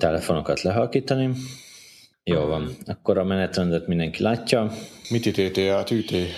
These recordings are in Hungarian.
telefonokat lehalkítani. Jó van. Akkor a menetrendet mindenki látja. Miti a tűté.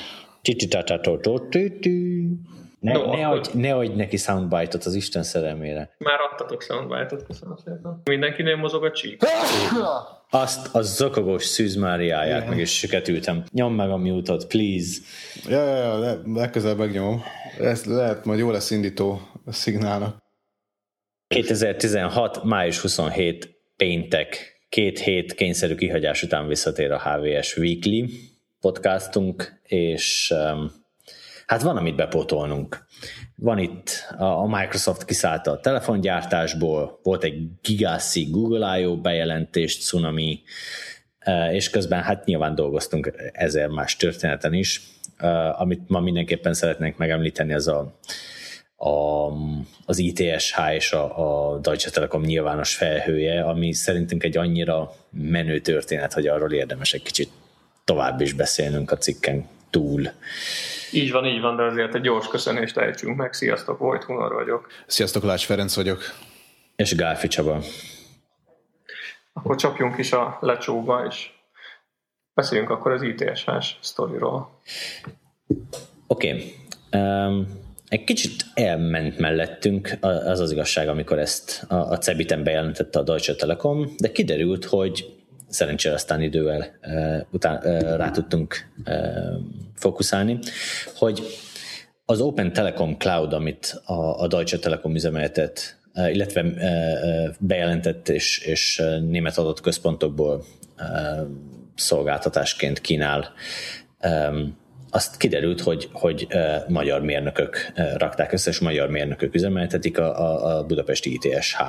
Ne adj neki soundbite-ot az Isten szerelmére. Már adtatok soundbite-ot, köszönöm szépen. Mindenkinél mozog a csík. Azt a zokogós szűzmáriáját meg is süketültem. Nyom meg a mute-ot, please. Ja, legközelebb megnyomom. Ez lehet, majd jó lesz indító a szignálnak. 2016. május 27. péntek. 2 hét kényszerű kihagyás után visszatér a HVS Weekly podcastunk, és hát van, amit bepótolnunk. Van itt a Microsoft kiszállta a telefongyártásból, volt egy gigászi Google I.O. bejelentés, cunami, és közben hát nyilván dolgoztunk 1000 más történeten is. Amit ma mindenképpen szeretnénk megemlíteni, az az ITSH és a Deutsche Telekom nyilvános felhője, ami szerintünk egy annyira menő történet, hogy arról érdemes egy kicsit tovább is beszélnünk a cikken túl. Így van, de azért egy gyors köszönést ejtsünk meg. Sziasztok, Vojt Hunor vagyok. Sziasztok, Lács Ferenc vagyok. És Gálfi Csaba. Akkor csapjunk is a lecsóba, és beszéljünk akkor az ITSH-s sztoriról. Oké. Egy kicsit elment mellettünk az igazság, amikor ezt a CeBIT-en bejelentette a Deutsche Telekom, de kiderült, hogy szerencsére aztán idővel rá tudtunk fókuszálni, hogy az Open Telecom Cloud, amit a Deutsche Telekom üzemeltet, illetve bejelentett és német adatközpontokból szolgáltatásként kínál, azt kiderült, hogy magyar mérnökök rakták össze, és magyar mérnökök üzemeltetik a budapesti ITSH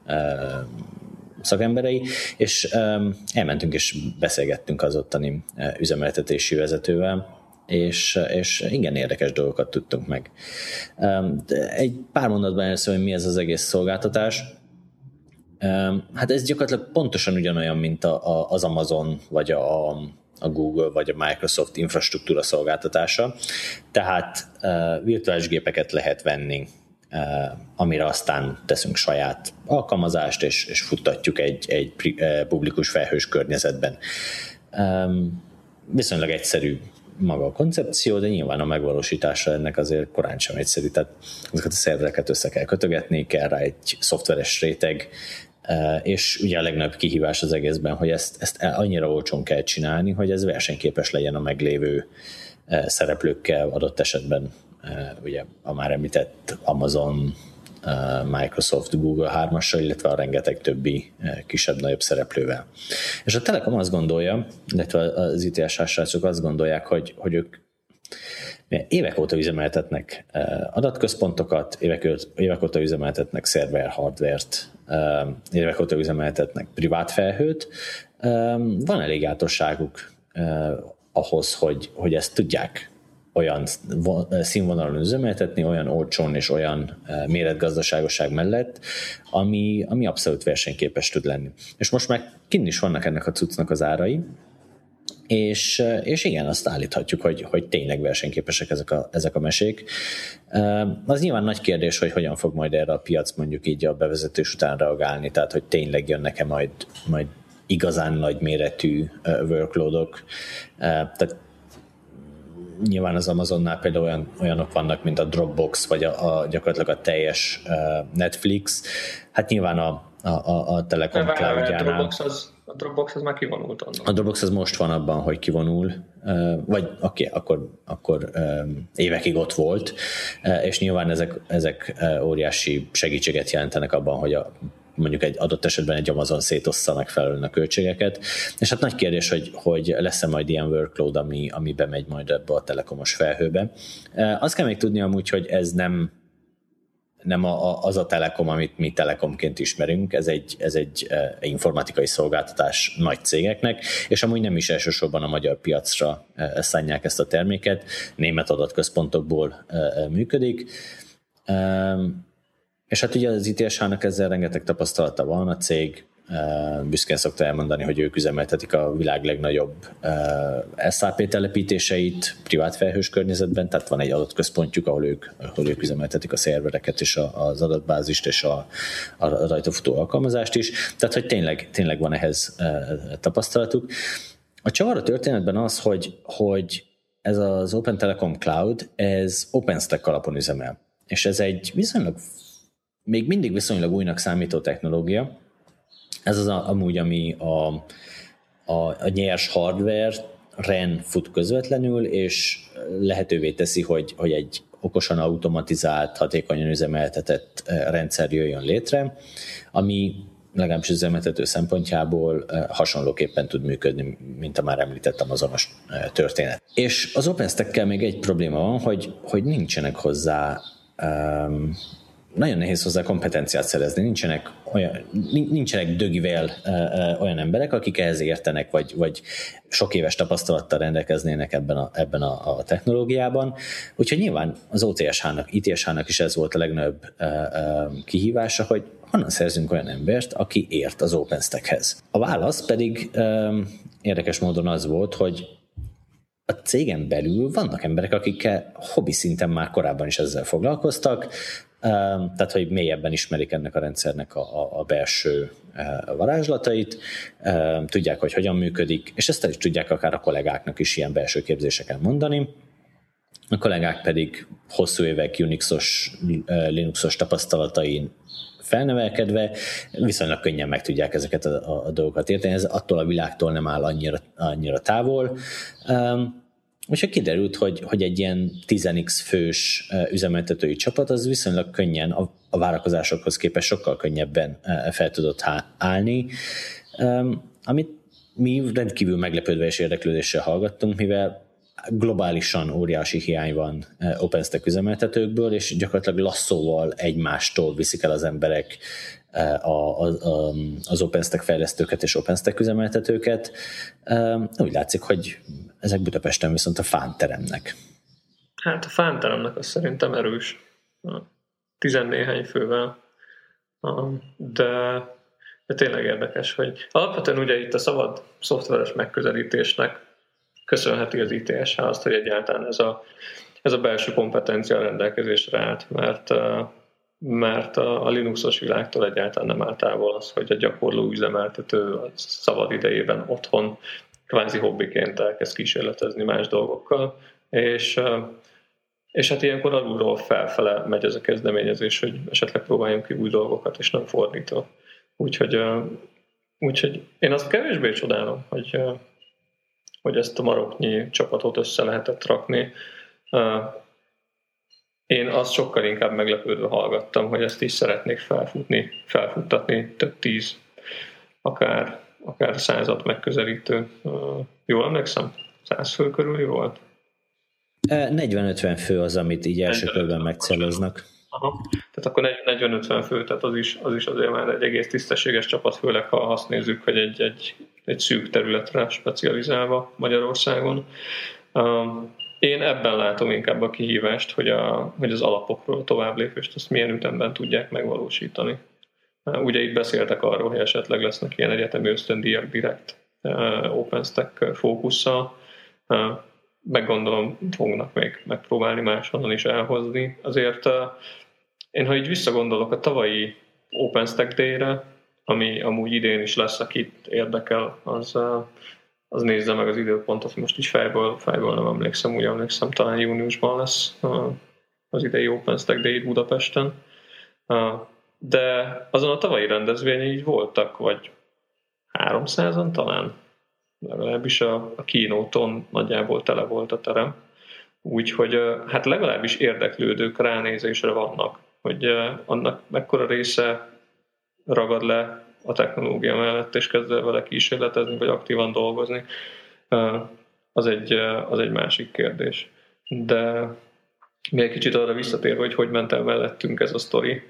szakemberei, és elmentünk és beszélgettünk az ottani üzemeltetési vezetővel, és igen érdekes dolgokat tudtunk meg. Egy pár mondatban először, hogy mi ez az egész szolgáltatás. Hát ez gyakorlatilag pontosan ugyanolyan, mint az Amazon, vagy a Google vagy a Microsoft infrastruktúra szolgáltatása. Tehát virtuális gépeket lehet venni, amire aztán teszünk saját alkalmazást, és futtatjuk egy publikus felhős környezetben. Viszonylag egyszerű maga a koncepció, de nyilván a megvalósítása ennek azért korán sem egyszerű. Tehát ezeket a szervereket össze kell kötögetni, kell rá egy szoftveres réteg, és ugye a legnagyobb kihívás az egészben, hogy ezt annyira olcsón kell csinálni, hogy ez versenyképes legyen a meglévő szereplőkkel, adott esetben ugye a már említett Amazon, Microsoft, Google 3-assal, illetve a rengeteg többi kisebb-nagyobb szereplővel. És a Telekom azt gondolja, illetve az ITSH srácok azt gondolják, hogy ők évek óta üzemeltetnek adatközpontokat, évek óta üzemeltetnek szerver hardvert, évek óta üzemeltetnek privát felhőt. Van elég játosságuk ahhoz, hogy ezt tudják olyan színvonalon üzemeltetni, olyan olcsón és olyan méretgazdaságosság mellett, ami abszolút versenyképes tud lenni. És most már kinn is vannak ennek a cuccnak az árai, és igen, azt állíthatjuk, hogy tényleg versenyképesek ezek a mesék. Az nyilván nagy kérdés, hogy hogyan fog majd erre a piac mondjuk így a bevezetés után reagálni, tehát hogy tényleg jönnek-e majd igazán nagy méretű workloadok. Tehát nyilván az Amazonnál például olyanok vannak, mint a Dropbox, vagy gyakorlatilag a teljes Netflix. Hát nyilván a Telekom Cloudjánál... A Dropbox az már kivonult onnan. A Dropbox az most van abban, hogy kivonul, vagy akkor évekig ott volt, és nyilván ezek óriási segítséget jelentenek abban, hogy mondjuk egy adott esetben egy Amazon szétossza megfelelően a költségeket, és hát nagy kérdés, hogy lesz-e majd ilyen workload, ami bemegy majd ebbe a telekomos felhőbe. Azt kell még tudni amúgy, hogy ez nem az a Telekom, amit mi Telekomként ismerünk, ez egy informatikai szolgáltatás nagy cégeknek, és amúgy nem is elsősorban a magyar piacra szánják ezt a terméket, német adatközpontokból működik. És hát ugye az ITSH-nak ezzel rengeteg tapasztalata van, a cég büszkén szokta elmondani, hogy ők üzemeltetik a világ legnagyobb SAP telepítéseit privát felhős környezetben, tehát van egy adatközpontjuk, ahol ők üzemeltetik a szervereket és az adatbázist és a rajta futó alkalmazást is, tehát hogy tényleg van ehhez tapasztalatuk. A csavar a történetben az, hogy ez az Open Telecom Cloud, ez OpenStack alapon üzemel. És ez egy még mindig viszonylag újnak számító technológia. Ez az amúgy, ami a nyers hardware-ren fut közvetlenül, és lehetővé teszi, hogy egy okosan automatizált, hatékonyan üzemeltetett rendszer jöjjön létre, ami legalábbis üzemeltető szempontjából hasonlóképpen tud működni, mint a már említett Amazonos történet. És az OpenStack-kel még egy probléma van, hogy nincsenek hozzá, nagyon nehéz hozzá kompetenciát szerezni, nincsenek dögivel olyan emberek, akik ehhez értenek, vagy sok éves tapasztalattal rendelkeznének ebben a technológiában. Úgyhogy nyilván az ITSH-nak is ez volt a legnagyobb kihívása, hogy honnan szerzünk olyan embert, aki ért az OpenStack-hez. A válasz pedig érdekes módon az volt, hogy a cégen belül vannak emberek, akikkel hobbi szinten már korábban is ezzel foglalkoztak, tehát hogy mélyebben ismerik ennek a rendszernek a belső varázslatait, tudják, hogy hogyan működik, és ezt el is tudják akár a kollégáknak is ilyen belső képzéseken mondani. A kollégák pedig hosszú évek Unixos, Linuxos tapasztalatain felnevelkedve viszonylag könnyen meg tudják ezeket a dolgokat érteni. Ez attól a világtól nem áll annyira távol. Úgyhogy kiderült, hogy egy ilyen 10x fős üzemeltetői csapat az viszonylag könnyen, a várakozásokhoz képest sokkal könnyebben fel tudott állni, amit mi rendkívül meglepődve és érdeklődéssel hallgattunk, mivel globálisan óriási hiány van OpenStack üzemeltetőkből, és gyakorlatilag lasszóval egymástól viszik el az emberek az OpenStack fejlesztőket és OpenStack üzemeltetőket. Úgy látszik, hogy ezek Budapesten viszont a fánteremnek. Hát a fánteremnek az szerintem erős. 14 fővel. De tényleg érdekes, hogy alapvetően ugye itt a szabad szoftveres megközelítésnek köszönheti az ITSH azt, hogy egyáltalán ez a belső kompetencia rendelkezésre állt, mert a Linuxos világtól egyáltalán nem áll távol az, hogy a gyakorló üzemeltető a szabad idejében otthon kvázi hobbiként elkezd kísérletezni más dolgokkal, és hát ilyenkor alulról felfele megy ez a kezdeményezés, hogy esetleg próbáljunk ki új dolgokat, és nem fordítva. Úgyhogy én azt kevésbé csodálom, hogy ezt a maroknyi csapatot össze lehetett rakni. Én azt sokkal inkább meglepődve hallgattam, hogy ezt is szeretnék felfuttatni több 10, akár 100-at megközelítő. Jól emlékszem? 100 fő körüli volt? 40-50 fő az, amit így első körben megcéloznak. Aha. Tehát akkor 40-50 fő, tehát az is azért már egy egész tisztességes csapat, főleg ha azt nézzük, hogy egy szűk területre specializálva Magyarországon. Én ebben látom inkább a kihívást, hogy az alapokról tovább lépést azt milyen ütemben tudják megvalósítani. Ugye itt beszéltek arról, hogy esetleg lesznek ilyen egyetemi ösztöndíjak direkt OpenStack fókusszal. Meggondolom, fognak még megpróbálni máshonnan is elhozni. Azért én, ha így visszagondolok a tavalyi OpenStack Day-re, ami amúgy idén is lesz, akit érdekel, az nézze meg az időpontot, most is fejből nem emlékszem, úgy emlékszem, talán júniusban lesz az idei OpenStack Day Budapesten. De azon a tavalyi rendezvényen így voltak, vagy 300-an talán, legalábbis a keynote-on nagyjából tele volt a terem. Úgyhogy hát legalábbis érdeklődők ránézésre vannak, hogy annak mekkora része ragad le a technológia mellett, és kezd el vele kísérletezni, vagy aktívan dolgozni, az egy másik kérdés. De még egy kicsit arra visszatérve, hogy ment el mellettünk ez a sztori.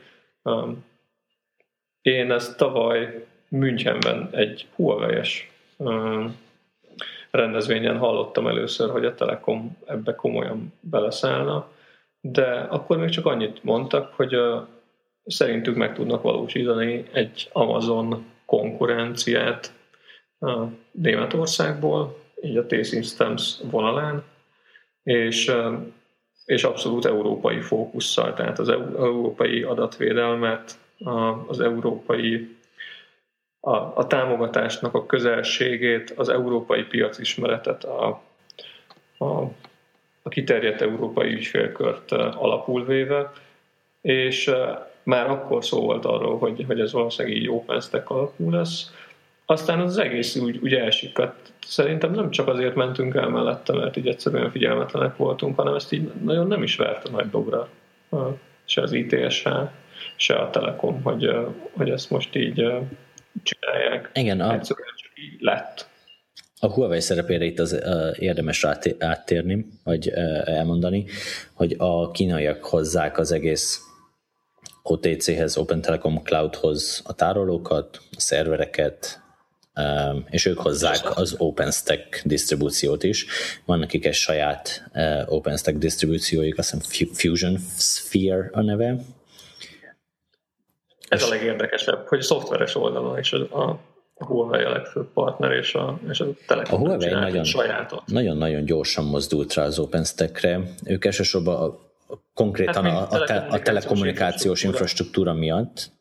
Én ezt tavaly Münchenben egy Huawei-es rendezvényen hallottam először, hogy a Telekom ebbe komolyan beleszállna, de akkor még csak annyit mondtak, hogy szerintük meg tudnak valósítani egy Amazon konkurenciát Németországból, így a T-Systems vonalán, és abszolút európai fókusszal, tehát az európai adatvédelmet, az európai a támogatásnak a közelségét, az európai piacismeretet, a kiterjedt európai ügyfélkört alapul véve, és már akkor szó volt arról, hogy ez valószínűleg így OpenStack alapú lesz. Aztán az egész úgy elsikadt. Szerintem nem csak azért mentünk el mellette, mert így egyszerűen figyelmetlenek voltunk, hanem ezt így nagyon nem is verte nagy dobra. Se az ITSH, se a Telekom, hogy ezt most így csinálják. Igen, egyszerűen csak így lett. A Huawei szerepére itt az érdemes áttérni, vagy elmondani, hogy a kínaiak hozzák az egész OTC-hez, Open Telecom Cloudhoz a tárolókat, a szervereket, és ők hozzák az OpenStack disztribúciót is. Van nekik egy saját OpenStack disztribúciójuk, azt hiszem Fusion Sphere a neve. Ez a legérdekesebb, hogy szoftveres oldalon is a Huawei a legfőbb partner, és a Telekom Huawei nagyon-nagyon gyorsan mozdult rá az OpenStackre. Ők elsősorban konkrétan a telekommunikációs infrastruktúra miatt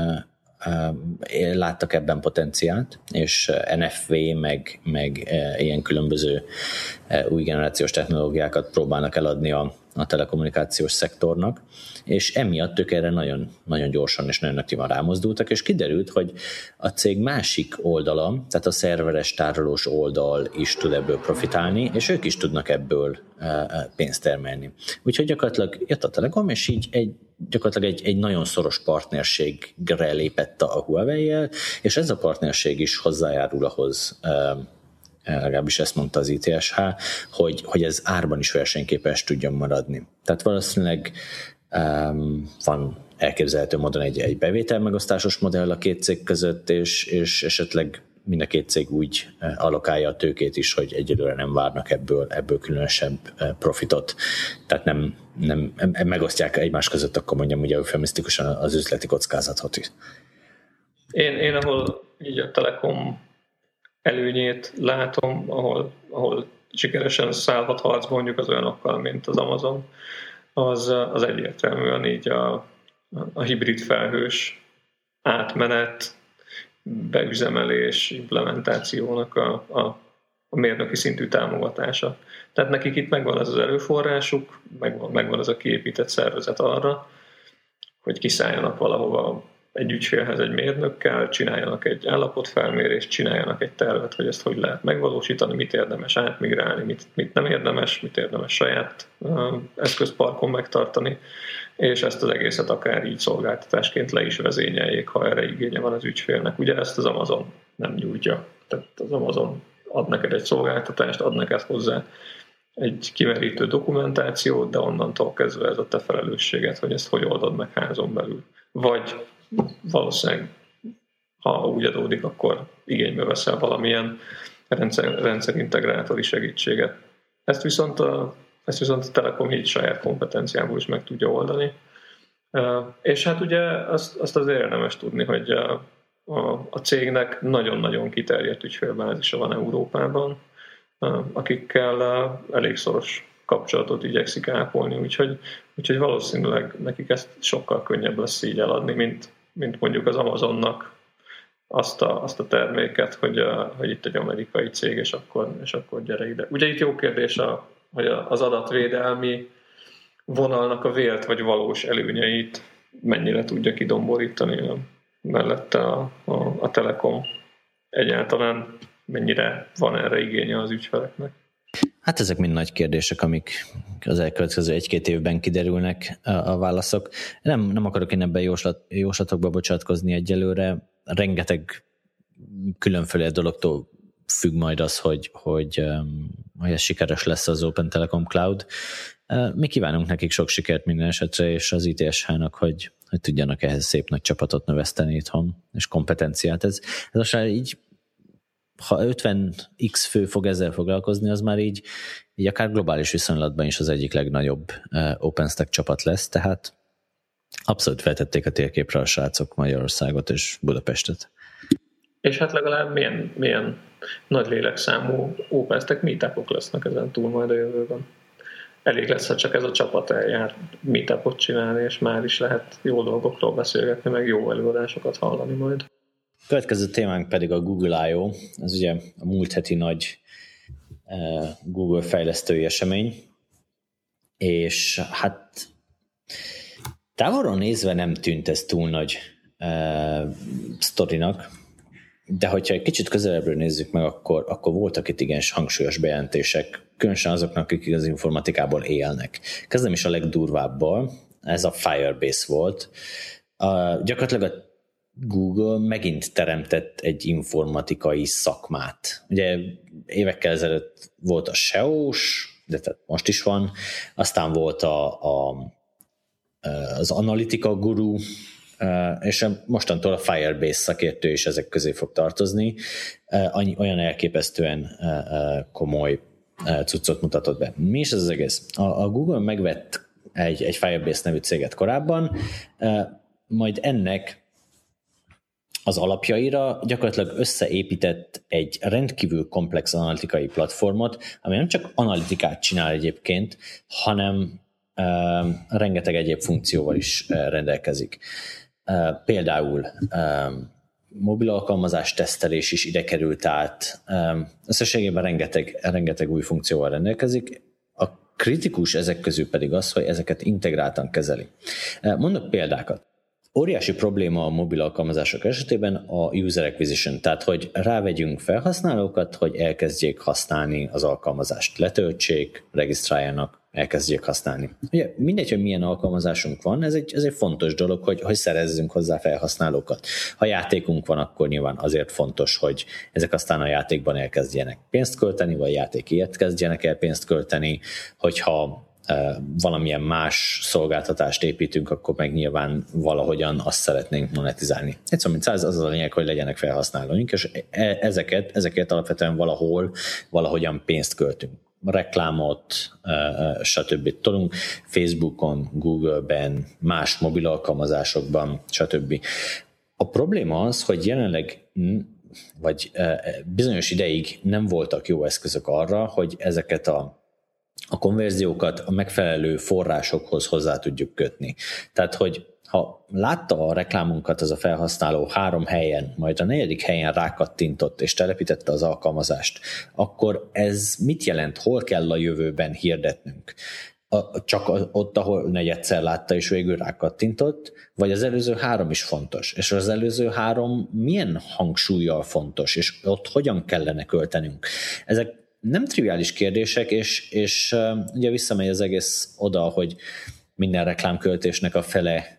láttak ebben potenciált, és NFV meg ilyen különböző új generációs technológiákat próbálnak eladni a telekommunikációs szektornak, és emiatt ők erre nagyon, nagyon gyorsan és nagyon aktívan rámozdultak, és kiderült, hogy a cég másik oldala, tehát a szerveres tárolós oldal is tud ebből profitálni, és ők is tudnak ebből pénzt termelni. Úgyhogy gyakorlatilag jött a Telekom, és így gyakorlatilag egy nagyon szoros partnerségre lépett a Huawei-jel, és ez a partnerség is hozzájárul ahhoz, legalábbis ezt mondta az ITSH, hogy ez árban is versenyképes tudjon maradni. Tehát valószínűleg van elképzelhető módon egy bevételmegosztásos modell a két cég között, és esetleg mind a két cég úgy allokálja a tőkét is, hogy egyelőre nem várnak ebből különösebb profitot. Tehát nem megosztják egymás között, akkor mondjam ugye eufemisztikusan az üzleti kockázatot is. Én ahol így a Telekom előnyét látom, ahol sikeresen szállhat harcba mondjuk az olyanokkal, mint az Amazon, az egyértelműen így a hibrid felhős átmenet, beüzemelés, implementációnak a mérnöki szintű támogatása. Tehát nekik itt megvan ez az erőforrásuk, megvan ez a kiépített szervezet arra, hogy kiszálljanak valahova egy ügyfélhez egy mérnökkel, csináljanak egy állapotfelmérést, csináljanak egy tervet, hogy ezt hogy lehet megvalósítani, mit érdemes átmigrálni, mit nem érdemes, mit érdemes saját eszközparkon megtartani, és ezt az egészet akár így szolgáltatásként le is vezényeljék, ha erre igénye van az ügyfélnek. Ugye ezt az Amazon nem nyújtja. Tehát az Amazon ad neked egy szolgáltatást, ad neked hozzá egy kimerítő dokumentációt, de onnantól kezdve ez a te felelősséged, hogy ezt hogy oldod meg házon belül. Vagy valószínűleg, ha úgy adódik, akkor igénybe veszel valamilyen rendszerintegrátori segítséget. Ezt viszont a Telekom így saját kompetenciából is meg tudja oldani. És hát ugye azt azért érdemes tudni, hogy a cégnek nagyon-nagyon kiterjedt ügyfélbázisa van Európában, akikkel elég szoros kapcsolatot igyekszik ápolni, úgyhogy valószínűleg nekik ezt sokkal könnyebb lesz így eladni, mint mondjuk az Amazonnak azt a terméket, hogy itt egy amerikai cég, és akkor gyere ide. Ugye itt jó kérdés, hogy az adatvédelmi vonalnak a vélt vagy valós előnyeit mennyire tudja kidomborítani mellette a Telekom. Egyáltalán mennyire van erre igénye az ügyfeleknek? Hát ezek mind nagy kérdések, amik az elkövetkező 1-2 évben kiderülnek a válaszok. Nem akarok én ebben jóslatokba bocsátkozni egyelőre. Rengeteg különféle dologtól függ majd az, hogy ez sikeres lesz az Open Telecom Cloud. Mi kívánunk nekik sok sikert minden esetre, és az ITSH-nak, hogy tudjanak ehhez szép nagy csapatot növeszteni itthon, és kompetenciát. Ez most már így, ha 50x fő fog ezzel foglalkozni, az már így akár globális viszonylatban is az egyik legnagyobb OpenStack csapat lesz, tehát abszolút feltették a térképre a srácok Magyarországot és Budapestet. És hát legalább milyen nagy lélekszámú OpenStack meetupok lesznek ezen túl majd a jövőben. Elég lesz, ha csak ez a csapat eljár meetupot csinálni, és már is lehet jó dolgokról beszélgetni, meg jó előadásokat hallani majd. Következő témánk pedig a Google I.O. Ez ugye a múlt heti nagy Google fejlesztői esemény, és hát távolról nézve nem tűnt ez túl nagy sztorinak, de hogyha egy kicsit közelebbről nézzük meg, akkor voltak itt igen hangsúlyos bejelentések, különösen azoknak, akik az informatikából élnek. Kezdem is a legdurvábbal, ez a Firebase volt. Gyakorlatilag a Google megint teremtett egy informatikai szakmát. Ugye évekkel ezelőtt volt a SEO-s, de tehát most is van, aztán volt az Analytica Guru, és mostantól a Firebase szakértő is ezek közé fog tartozni. Olyan elképesztően komoly cuccot mutatott be. Mi is ez az egész? A Google megvett egy Firebase nevű céget korábban, majd ennek az alapjaira gyakorlatilag összeépített egy rendkívül komplex analitikai platformot, ami nem csak analitikát csinál egyébként, hanem rengeteg egyéb funkcióval is rendelkezik. Például mobil alkalmazás tesztelés is ide került át, összességében rengeteg új funkcióval rendelkezik. A kritikus ezek közül pedig az, hogy ezeket integráltan kezeli. Mondok példákat. Óriási probléma a mobil alkalmazások esetében a user acquisition, tehát hogy rávegyünk felhasználókat, hogy elkezdjék használni az alkalmazást, letöltsék, regisztráljanak, elkezdjék használni. Ugye mindegy, hogy milyen alkalmazásunk van, ez egy fontos dolog, hogy szerezzünk hozzá felhasználókat. Ha játékunk van, akkor nyilván azért fontos, hogy ezek aztán a játékban elkezdjenek pénzt költeni, vagy játékért kezdjenek el pénzt költeni, hogyha valamilyen más szolgáltatást építünk, akkor meg nyilván valahogyan azt szeretnénk monetizálni. Egyszerűen, mint az a lényeg, hogy legyenek felhasználóink, és ezeket alapvetően valahogyan pénzt költünk. Reklámot, stb. Tolunk Facebookon, Google-ben, más mobil alkalmazásokban, stb. A probléma az, hogy jelenleg vagy bizonyos ideig nem voltak jó eszközök arra, hogy ezeket a konverziókat a megfelelő forrásokhoz hozzá tudjuk kötni. Tehát, hogy ha látta a reklámunkat az a felhasználó 3 helyen, majd a 4. helyen rákattintott és telepítette az alkalmazást, akkor ez mit jelent? Hol kell a jövőben hirdetnünk? Csak ott, ahol 4-szer látta és végül rákattintott, vagy az előző 3 is fontos? És az előző 3 milyen hangsúllyal fontos? És ott hogyan kellene költenünk? Ezek nem triviális kérdések, és ugye visszamegy az egész oda, hogy minden reklámköltésnek a fele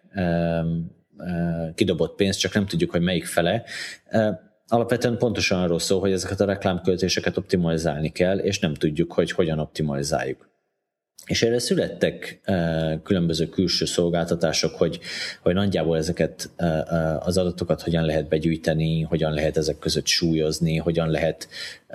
kidobott pénz, csak nem tudjuk, hogy melyik fele. Alapvetően pontosan arról szól, hogy ezeket a reklámköltéseket optimalizálni kell, és nem tudjuk, hogy hogyan optimalizáljuk. És erre születtek különböző külső szolgáltatások, hogy nagyjából ezeket az adatokat hogyan lehet begyűjteni, hogyan lehet ezek között súlyozni, hogyan lehet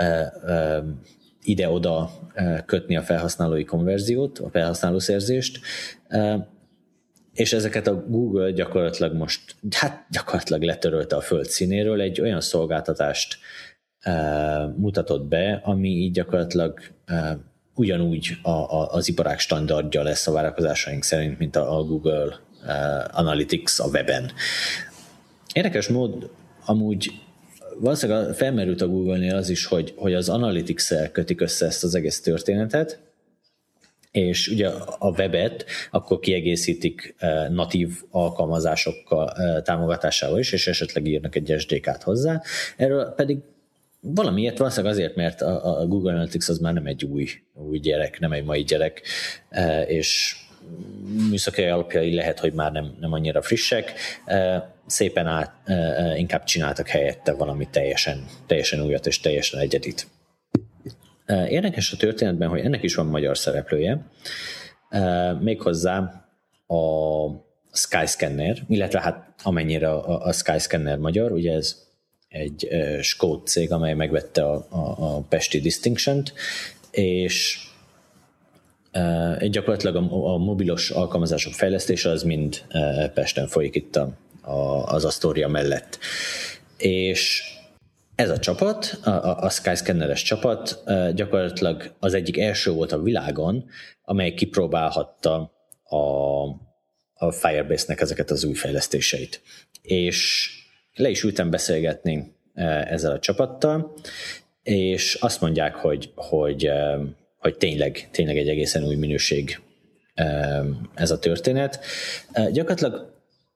ide-oda kötni a felhasználói konverziót, a felhasználószerzést, és ezeket a Google gyakorlatilag gyakorlatilag letörölte a föld színéről, egy olyan szolgáltatást mutatott be, ami így gyakorlatilag ugyanúgy az iparág standardja lesz a várakozásaink szerint, mint a Google Analytics a weben. Érdekes mód amúgy valószínűleg felmerült a Google-nél az is, hogy az Analytics-el kötik össze ezt az egész történetet, és ugye a webet akkor kiegészítik natív alkalmazásokkal támogatásával is, és esetleg írnak egy SDK-t hozzá. Erről pedig valamiért, valószínűleg azért, mert a Google Analytics az már nem egy új gyerek, nem egy mai gyerek, és műszaki alapjai lehet, hogy már nem annyira frissek, szépen inkább csináltak helyette valami teljesen újat és teljesen egyedit. Érdekes a történetben, hogy ennek is van magyar szereplője, méghozzá a Skyscanner, illetve hát amennyire a Skyscanner magyar, ugye ez egy skót cég, amely megvette a pesti Distinction-t, és gyakorlatilag a mobilos alkalmazások fejlesztése az mind Pesten folyik itt az Astoria mellett. És Ez a csapat, a Skyscanner-es csapat gyakorlatilag az egyik első volt a világon, amely kipróbálhatta a Firebase-nek ezeket az új fejlesztéseit. És le is ültem beszélgetni ezzel a csapattal, és azt mondják, hogy tényleg egy egészen új minőség ez a történet. Gyakorlatilag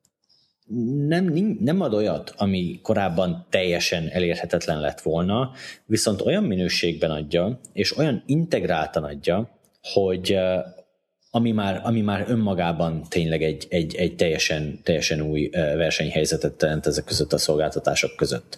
nem ad olyat, ami korábban teljesen elérhetetlen lett volna, viszont olyan minőségben adja, és olyan integráltan adja, hogy ami már önmagában tényleg egy teljesen új versenyhelyzetet teremt ezek között a szolgáltatások között.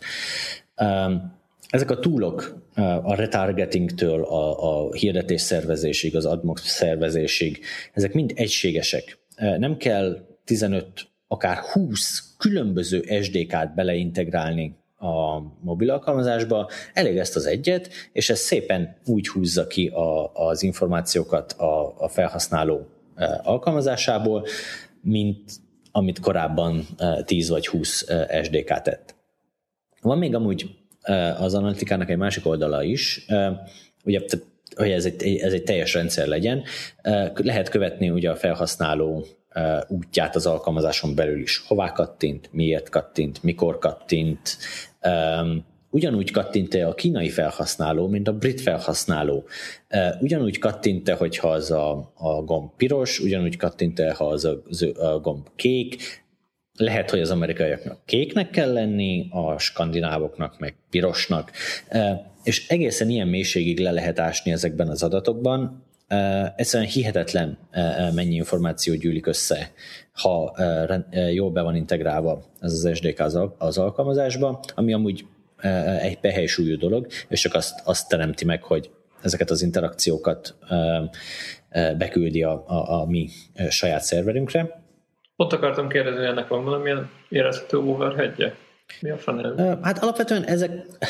Ezek a toolok a retargetingtől a hirdetés szervezésig, az admock szervezésig, ezek mind egységesek. Nem kell 15, akár 20 különböző SDK-t beleintegrálni a mobil alkalmazásba, elég ezt az egyet, és ez szépen úgy húzza ki az információkat a felhasználó alkalmazásából, mint amit korábban 10 vagy 20 SDK tett. Van még amúgy az analitikának egy másik oldala is, ugye, hogy ez egy teljes rendszer legyen, lehet követni ugye a felhasználó útját az alkalmazáson belül is. Hová kattint, miért kattint, mikor kattint, ugyanúgy kattint-e a kínai felhasználó, mint a brit felhasználó. Ugyanúgy kattint-e, hogyha az a gomb piros, ugyanúgy kattint-e, ha az a gomb kék. Lehet, hogy az amerikaiaknak kéknek kell lenni, a skandinávoknak meg pirosnak, és egészen ilyen mélységig le lehet ásni ezekben az adatokban. Egyszerűen hihetetlen mennyi információ gyűlik össze, ha jól be van integrálva ez az SDK az alkalmazásba, ami amúgy egy behelysúlyú dolog, és csak azt teremti meg, hogy ezeket az interakciókat beküldi a mi saját szerverünkre. Ott akartam kérdezni, hogy ennek van valamilyen érezhető overheadje? Mi a fene? Hát alapvetően ezek,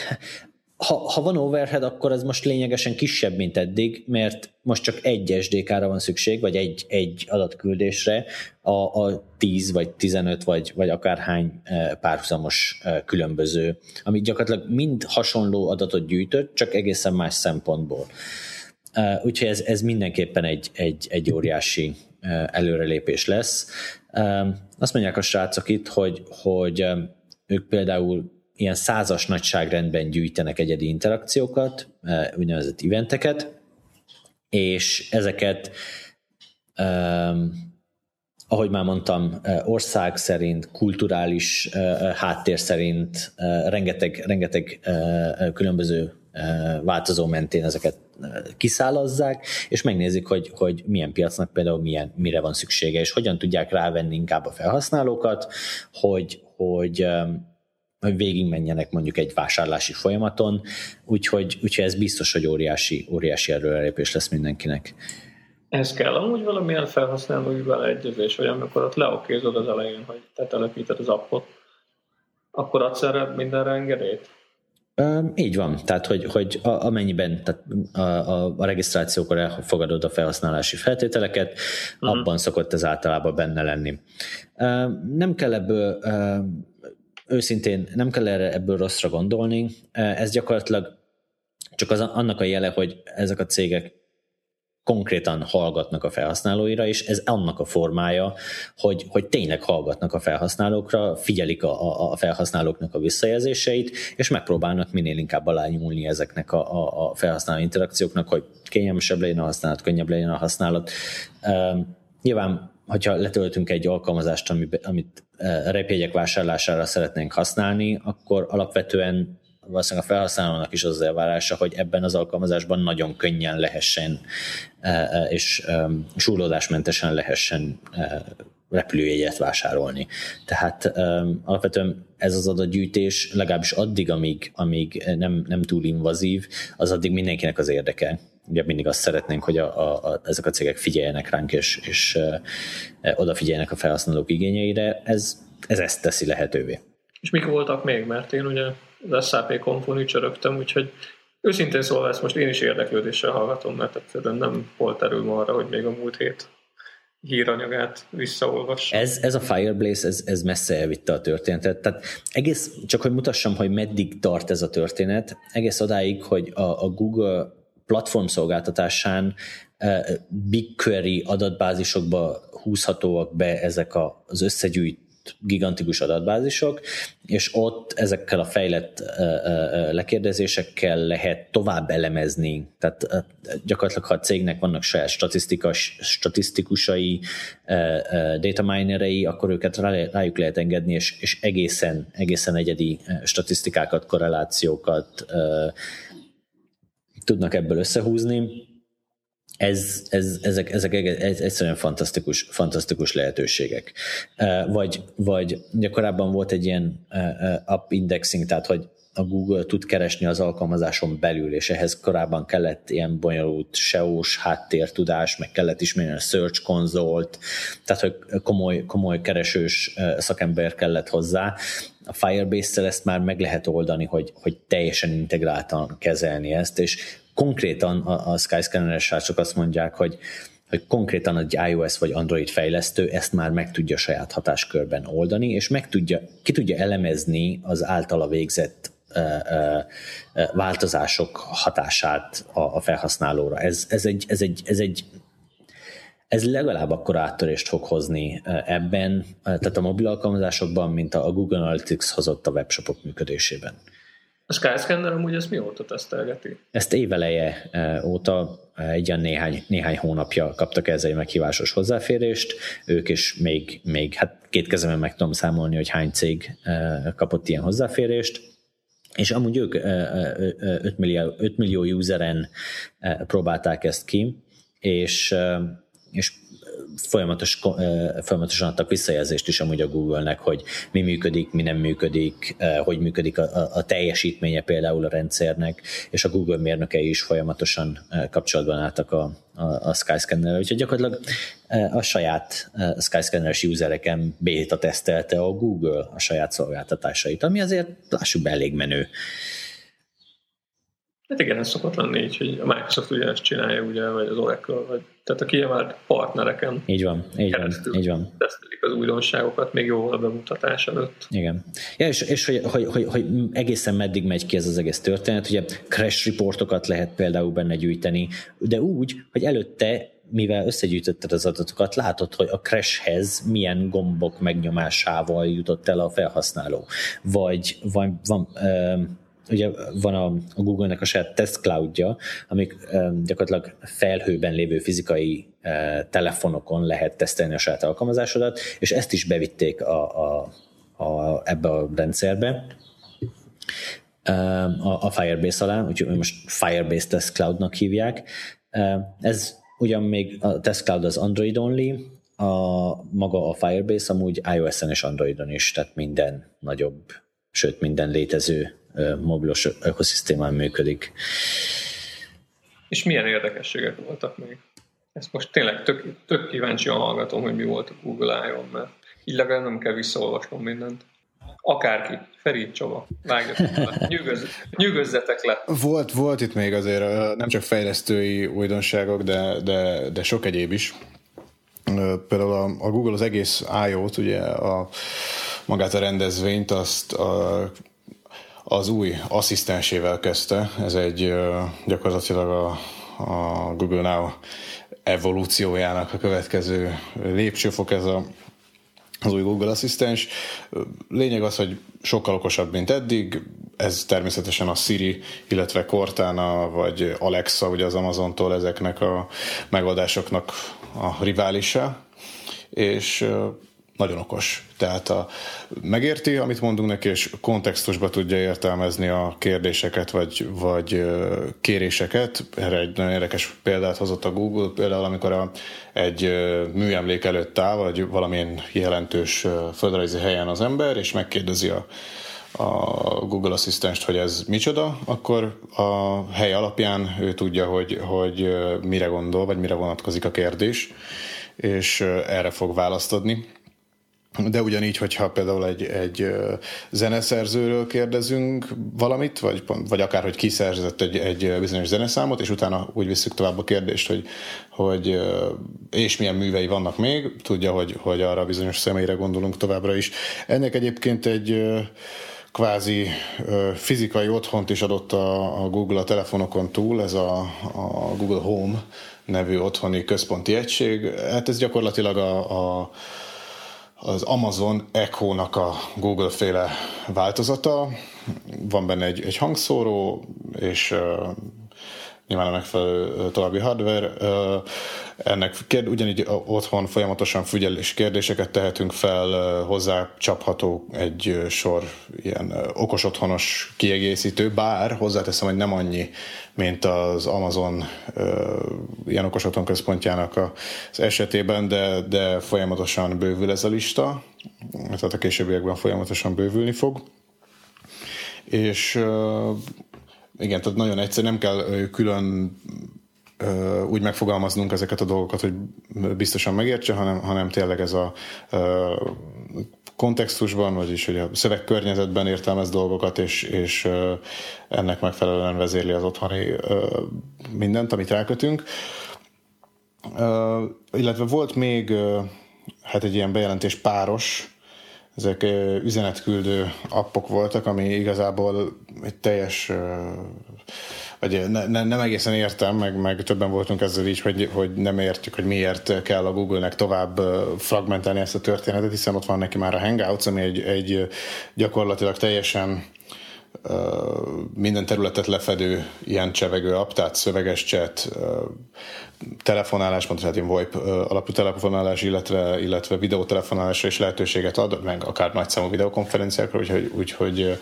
ha van overhead, akkor ez most lényegesen kisebb, mint eddig, mert most csak egy SDK-ra van szükség, vagy egy adatküldésre a 10 vagy 15 vagy akárhány párhuzamos különböző, ami gyakorlatilag mind hasonló adatot gyűjtött, csak egészen más szempontból. Úgyhogy ez mindenképpen egy óriási előrelépés lesz. Azt mondják a srácok itt, hogy ők például ilyen 100-as nagyságrendben gyűjtenek egyedi interakciókat, úgynevezett eventeket, és ezeket, ahogy már mondtam, ország szerint, kulturális háttér szerint rengeteg különböző változó mentén ezeket kiszálazzák, és megnézik, hogy milyen piacnak például mire van szüksége, és hogyan tudják rávenni inkább a felhasználókat, hogy végigmenjenek mondjuk egy vásárlási folyamaton, úgyhogy ez biztos, hogy óriási előrelépés lesz mindenkinek. Ez kell amúgy valamilyen felhasználói beleegyezés, vagy amikor ott leokézod az elején, hogy te telepíted az appot, akkor adsz erre mindenre engedélyt? Így van, tehát hogy amennyiben tehát a regisztrációkor elfogadod a felhasználási feltételeket, abban szokott ez általában benne lenni. Nem kell ebből őszintén nem kell ebből rosszra gondolni, ez gyakorlatilag csak annak a jele, hogy ezek a cégek konkrétan hallgatnak a felhasználóira, és ez annak a formája, hogy tényleg hallgatnak a felhasználókra, figyelik a felhasználóknak a visszajelzéseit, és megpróbálnak minél inkább alányulni ezeknek a felhasználó interakcióknak, hogy kényelmesebb legyen a használat, könnyebb legyen a használat. Nyilván, hogyha letöltünk egy alkalmazást, amit repjegyek vásárlására szeretnénk használni, akkor alapvetően valószínűleg a felhasználónak is az elvárása, hogy ebben az alkalmazásban nagyon könnyen lehessen és súrlódásmentesen lehessen repülőjegyet vásárolni. Tehát alapvetően ez az adatgyűjtés legalábbis addig, amíg nem túl invazív, az addig mindenkinek az érdeke. Ugye mindig azt szeretnénk, hogy ezek a cégek figyeljenek ránk, és odafigyeljenek a felhasználók igényeire. Ez ezt teszi lehetővé. És mik voltak még? Mert én ugye az SAP Confon csörögtem, úgyhogy őszintén szólva ezt most én is érdeklődéssel hallgatom, mert egyszerűen nem volt erőm arra, hogy még a múlt hét híranyagát visszaolvassa. Ez a Firebase, ez messze elvitte a történetet. Tehát egész, csak hogy mutassam, hogy meddig tart ez a történet, egész odáig, hogy a Google platform szolgáltatásán BigQuery adatbázisokba húzhatóak be ezek az összegyűjt gigantikus adatbázisok, és ott ezekkel a fejlett lekérdezésekkel lehet tovább elemezni. Tehát gyakorlatilag, ha a cégnek vannak saját statisztikusai, data minerei, akkor őket rájuk lehet engedni, és egészen egyedi statisztikákat, korrelációkat tudnak ebből összehúzni. Ezek egyszerűen fantasztikus lehetőségek. Vagy korábban volt egy ilyen app indexing, tehát hogy a Google tud keresni az alkalmazáson belül, és ehhez korábban kellett ilyen bonyolult SEO-s háttértudás, meg kellett ismerni a Search Console-t, tehát hogy komoly keresős szakember kellett hozzá. A Firebase-szel ezt már meg lehet oldani, hogy teljesen integráltan kezelni ezt, és konkrétan a Skyscanner-es srácok azt mondják, hogy konkrétan egy iOS vagy Android fejlesztő ezt már meg tudja saját hatáskörben oldani, és ki tudja elemezni az általa végzett változások hatását a felhasználóra. Ez legalább akkor áttörést fog hozni ebben, tehát a mobil alkalmazásokban, mint a Google Analytics hozott a webshopok működésében. A Skyscanner amúgy ezt mióta tesztelgeti? Ezt éveleje óta, néhány hónapja kaptak ezzel egy meghívásos hozzáférést, ők is még hát két kezemben meg tudom számolni, hogy hány cég kapott ilyen hozzáférést, és amúgy ők 5 millió useren próbálták ezt ki, és folyamatosan adtak visszajelzést is amúgy a Google-nek, hogy mi működik, mi nem működik, hogy működik a teljesítménye például a rendszernek, és a Google mérnökei is folyamatosan kapcsolatban álltak a Skyscanner-rel. Úgyhogy gyakorlatilag a saját Skyscanner-es usereken béta tesztelte a Google a saját szolgáltatásait, ami azért lássuk be elég menő. Hát igen, ez szokott lenni így, hogy a Microsoft ugyanezt csinálja, ugye, vagy az Oracle, vagy tehát a kiemelt partnereken. Így van. Tesztelik az újdonságokat még jóval a bemutatás előtt. Igen. Ja, és hogy egészen meddig megy ki ez az egész történet, ugye crash reportokat lehet például benne gyűjteni, de úgy, hogy előtte, mivel összegyűjtötted az adatokat, látod, hogy a crashhez milyen gombok megnyomásával jutott el a felhasználó. Vagy van... Ugye van a Google-nek a saját test cloudja, amik gyakorlatilag felhőben lévő fizikai telefonokon lehet tesztelni a saját alkalmazásodat, és ezt is bevitték ebbe a rendszerbe a Firebase alá, úgyhogy most Firebase Test Cloud-nak hívják. Ez ugyan még a Test Cloud az Android only, maga a Firebase amúgy iOS-en és Androidon is, tehát minden nagyobb, sőt minden létező mobilos ökoszisztémán működik. És milyen érdekességek voltak még? Ezt most tényleg tök kíváncsian hallgatom, hogy mi volt a Google I.O.-n, mert így legalább nem kell visszaolvasnom mindent. Akárki, Feri, Csaba, vágjatok, nyűgözzetek le. Volt itt még azért nem csak fejlesztői újdonságok, de sok egyéb is. Például a Google az egész I.O.-t, ugye magát a rendezvényt, azt az új asszisztensével kezdte. Ez egy gyakorlatilag a Google Now evolúciójának a következő lépcsőfok, ez az új Google asszisztens. Lényeg az, hogy sokkal okosabb, mint eddig. Ez természetesen a Siri, illetve Cortana vagy Alexa, ugye az Amazontól ezeknek a megoldásoknak a riválisa, és nagyon okos. Tehát megérti, amit mondunk neki, és kontextusba tudja értelmezni a kérdéseket, vagy kéréseket. Erre egy nagyon érdekes példát hozott a Google, például amikor egy műemlék előtt áll, vagy valamilyen jelentős földrajzi helyen az ember, és megkérdezi a Google asszisztenst, hogy ez micsoda, akkor a hely alapján ő tudja, hogy mire gondol, vagy mire vonatkozik a kérdés, és erre fog választ adni. De ugyanígy, hogyha például egy zeneszerzőről kérdezünk valamit, vagy akár, hogy ki szerzett egy bizonyos zeneszámot, és utána úgy visszük tovább a kérdést, hogy és milyen művei vannak még, tudja, hogy arra bizonyos személyre gondolunk továbbra is. Ennek egyébként egy kvázi fizikai otthont is adott a Google a telefonokon túl, ez a Google Home nevű otthoni központi egység. Hát ez gyakorlatilag az Amazon Echo-nak a Google-féle változata. Van benne egy hangszóró, és nyilván a megfelelő további hardware. Ennek ugyanígy otthon folyamatosan figyel és kérdéseket tehetünk fel, hozzá csapható egy sor ilyen okos otthonos kiegészítő, bár hozzáteszem, hogy nem annyi, mint az Amazon ilyen okos otthon központjának az esetében, de folyamatosan bővül ez a lista, tehát a későbbiekben folyamatosan bővülni fog. És igen, tehát nagyon egyszerű, nem kell külön úgy megfogalmaznunk ezeket a dolgokat, hogy biztosan megértse, hanem tényleg ez a kontextusban, vagyis hogy a szövegkörnyezetben értelmez dolgokat, és ennek megfelelően vezérli az otthoni mindent, amit rákötünk. Illetve volt még hát egy ilyen bejelentés páros, ezek üzenetküldő appok voltak, ami igazából egy teljes, vagy nem egészen értem, meg többen voltunk ezzel így, hogy nem értjük, hogy miért kell a Google-nek tovább fragmentálni ezt a történetet, hiszen ott van neki már a Hangouts, ami egy gyakorlatilag teljesen minden területet lefedő ilyen csevegő app, tehát szöveges chat, telefonálás, tehát ilyen VoIP alapú telefonálás, illetve videótelefonálásra is lehetőséget ad, meg akár nagyszámú videokonferenciákra, úgyhogy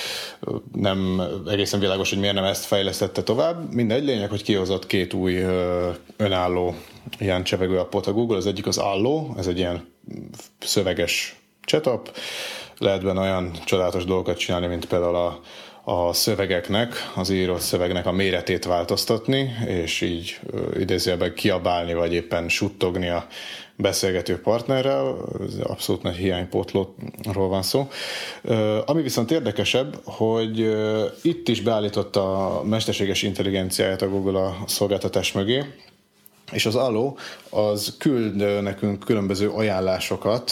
nem egészen világos, hogy miért nem ezt fejlesztette tovább. Mindegy, lényeg, hogy kihozott 2 új önálló ilyen csevegő appot a Google. Az egyik az Allo, ez egy ilyen szöveges chat app. Lehet benne olyan csodálatos dolgokat csinálni, mint például a szövegeknek, az írott szövegnek a méretét változtatni, és így idézőjelben kiabálni, vagy éppen suttogni a beszélgető partnerrel. Ez abszolút nagy hiánypótlóról van szó. Ami viszont érdekesebb, hogy itt is beállította a mesterséges intelligenciáját a Google a szolgáltatás mögé, és az Allo az küld nekünk különböző ajánlásokat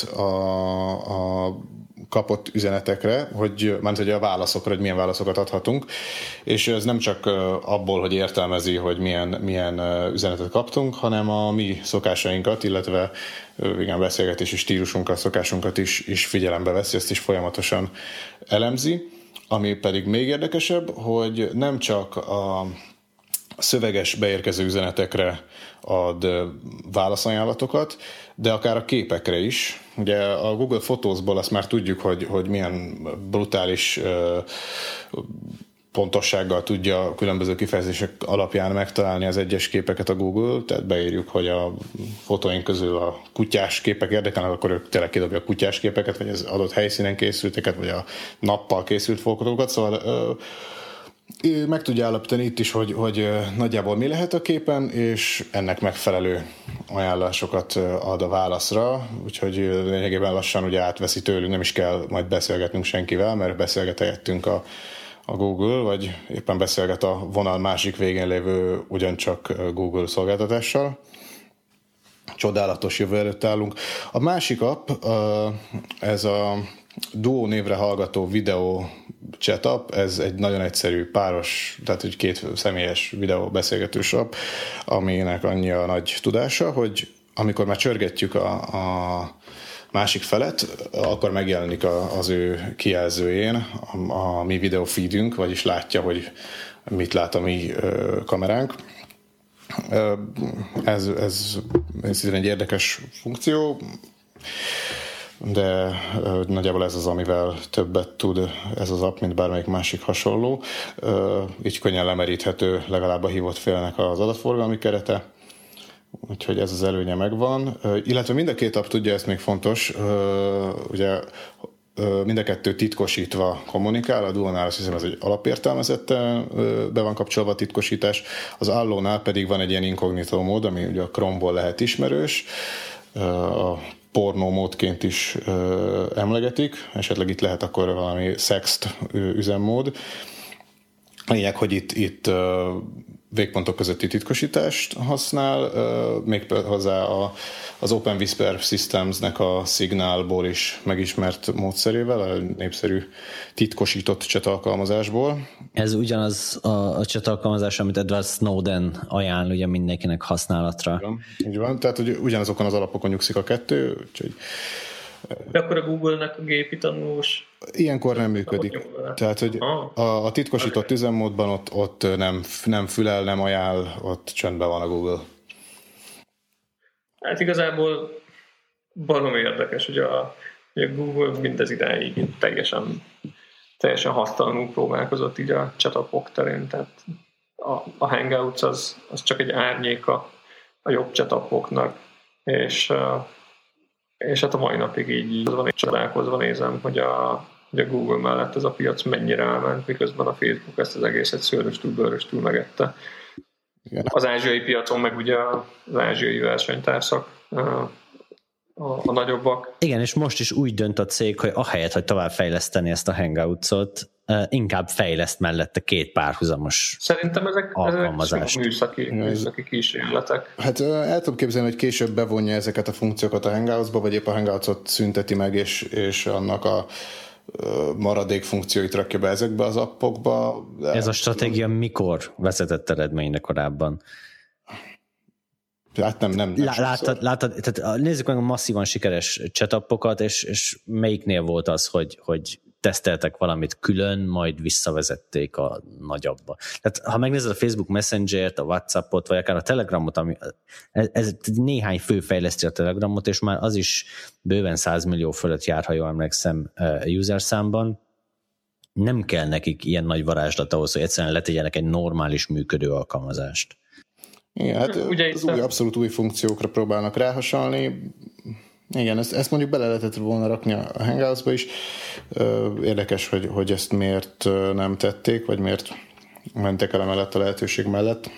a kapott üzenetekre, hogy a válaszokra, hogy milyen válaszokat adhatunk, és ez nem csak abból, hogy értelmezi, hogy milyen üzenetet kaptunk, hanem a mi szokásainkat, illetve igen, beszélgetési stílusunkat, szokásunkat is figyelembe veszi, ezt is folyamatosan elemzi, ami pedig még érdekesebb, hogy nem csak a szöveges beérkező üzenetekre ad válaszajánlatokat, de akár a képekre is. Ugye a Google Photos-ból azt már tudjuk, hogy milyen brutális pontossággal tudja különböző kifejezések alapján megtalálni az egyes képeket a Google, tehát beírjuk, hogy a fotóink közül a kutyás képek érdekelnek, akkor ők tényleg kidobja a kutyás képeket, vagy az adott helyszínen készülteket, vagy a nappal készült fotókat, szóval meg tudja állapítani itt is, hogy nagyjából mi lehet a képen, és ennek megfelelő ajánlásokat ad a válaszra, úgyhogy lényegében lassan ugye átveszi tőlünk, nem is kell majd beszélgetnünk senkivel, mert beszélget helyettünk a Google, vagy éppen beszélget a vonal másik végén lévő ugyancsak Google szolgáltatással. Csodálatos jövő előtt állunk. A másik app, ez a Duo névre hallgató videó chat app, ez egy nagyon egyszerű páros, tehát egy 2 személyes videó beszélgetős app, aminek annyi a nagy tudása, hogy amikor már csörgetjük a másik felet, akkor megjelenik az ő kijelzőjén a mi videó feedünk, vagyis látja, hogy mit lát a mi kameránk. Ez egy érdekes funkció, de nagyjából ez az, amivel többet tud ez az app, mint bármelyik másik hasonló. Így könnyen lemeríthető legalább a hívott félnek az adatforgalmi kerete, úgyhogy ez az előnye megvan. Illetve mind a 2 app tudja, ez még fontos, ugye mind a 2 titkosítva kommunikál, a Duo-nál azt hiszem ez egy alapértelmezette be van kapcsolva a titkosítás, az Allo-nál pedig van egy ilyen inkognitó mód, ami ugye a Chrome-ból lehet ismerős, a pornó módként is emlegetik, esetleg itt lehet akkor valami sext üzemmód. Lényeg, hogy itt végpontok közötti titkosítást használ, még hozzá az Open Whisper Systems-nek a Signalból is megismert módszerével, a népszerű titkosított chat alkalmazásból. Ez ugyanaz a chat alkalmazás, amit Edward Snowden ajánl ugye mindenkinek használatra. Így van, tehát hogy ugyanazokon az alapokon nyugszik a kettő, úgyhogy de akkor a Google-nek a gépi tanulós ilyenkor nem működik. Tehát, hogy a titkosított üzemmódban ott nem fülel, nem ajánl, ott csöndben van a Google. Hát igazából baromi érdekes, hogy a Google mindez idáig teljesen hasztalanul próbálkozott így a chatapok terén. Tehát a Hangouts az csak egy árnyéka a jobb chatapoknak, és hát a mai napig így csodálkozva nézem, hogy a Google mellett ez a piac mennyire elment, miközben a Facebook ezt az egészet szőröstül, bőröstül megette. Igen. Az ázsiai piacon meg ugye az ázsiai versenytársak a nagyobbak. Igen, és most is úgy dönt a cég, hogy ahelyett, hogy tovább fejleszteni ezt a Hangouts-ot, inkább fejleszt mellette két párhuzamos szerintem ezek műszaki kísérletek. Hát el tudom képzelni, hogy később bevonja ezeket a funkciókat a Hangouts-ba, vagy épp a Hangouts-ot szünteti meg, és annak a maradék funkcióit rakja be ezekbe az appokba. Ez a stratégia mikor vezetett eredményre korábban? Hát nem látod, tehát nézzük meg a masszívan sikeres chatappokat, és melyiknél volt az, hogy teszteltek valamit külön, majd visszavezették a nagyobbba. Tehát ha megnézed a Facebook Messenger-t, a WhatsAppot, vagy akár a Telegramot, ez néhány fő fejleszti a Telegramot, és már az is bőven 100 millió fölött jár, ha jól emlékszem, user számban. Nem kell nekik ilyen nagy varázslat ahhoz, hogy egyszerűen letegyenek egy normális működő alkalmazást. Igen, hát az abszolút új funkciókra próbálnak ráhasalni. Igen, ezt mondjuk bele lehetett volna rakni a Hangouts-ba is. Érdekes, hogy ezt miért nem tették, vagy miért mentek el emellett a lehetőség mellett.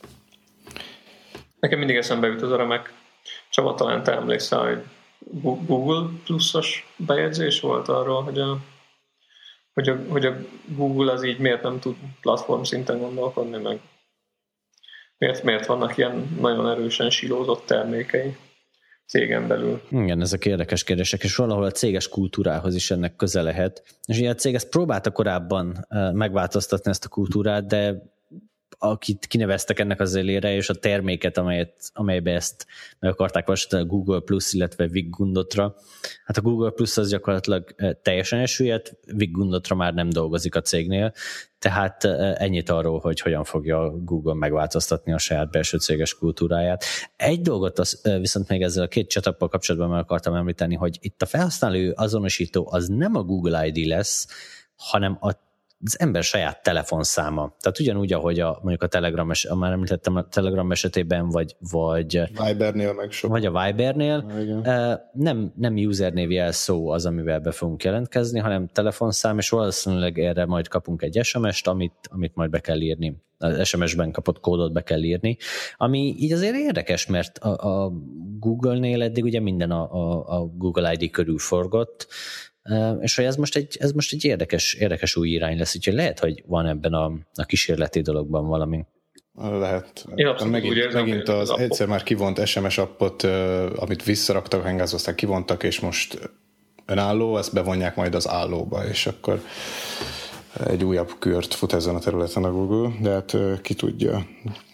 Nekem mindig eszembe jut az a remek. Csaba, talán te emlékszel, hogy Google pluszos bejegyzés volt arról, hogy a Google az így miért nem tud platform szinten gondolkodni, meg miért vannak ilyen nagyon erősen silózott termékei cégen belül. Igen, ezek érdekes kérdések, és valahol a céges kultúrához is ennek köze lehet. És ugye a cég ezt próbálta korábban megváltoztatni ezt a kultúrát, de akit kineveztek ennek az élére, és a terméket, amelybe ezt meg akarták valósítani, a Google Plus, illetve Wiggundotra. Hát a Google Plus az gyakorlatilag teljesen elsüllyedt, Wiggundotra már nem dolgozik a cégnél, tehát ennyit arról, hogy hogyan fogja a Google megváltoztatni a saját belső céges kultúráját. Egy dolgot viszont még ezzel a két chatappal kapcsolatban meg akartam említeni, hogy itt a felhasználó azonosító az nem a Google ID lesz, hanem az ember saját telefonszáma. Tehát ugyanúgy, ahogy mondjuk a Telegram, már említettem a Telegram esetében, vagy Vibernél meg sok. Vagy a Vibernél, nem usernév jelszó az, amivel be fogunk jelentkezni, hanem telefonszám, és valószínűleg erre majd kapunk egy SMS-t, amit majd be kell írni. Az SMS-ben kapott kódot be kell írni, ami így azért érdekes, mert a Google-nél eddig ugye minden a Google ID körül forgott, és hogy ez most egy érdekes új irány lesz, úgyhogy lehet, hogy van ebben a kísérleti dologban valami. Lehet. Megint egyszer már kivont SMS appot, amit visszaraktak a Hangouts, aztán kivontak, és most önálló, ezt bevonják majd az állóba, és akkor egy újabb kört fut ezen a területen a Google, de hát ki tudja.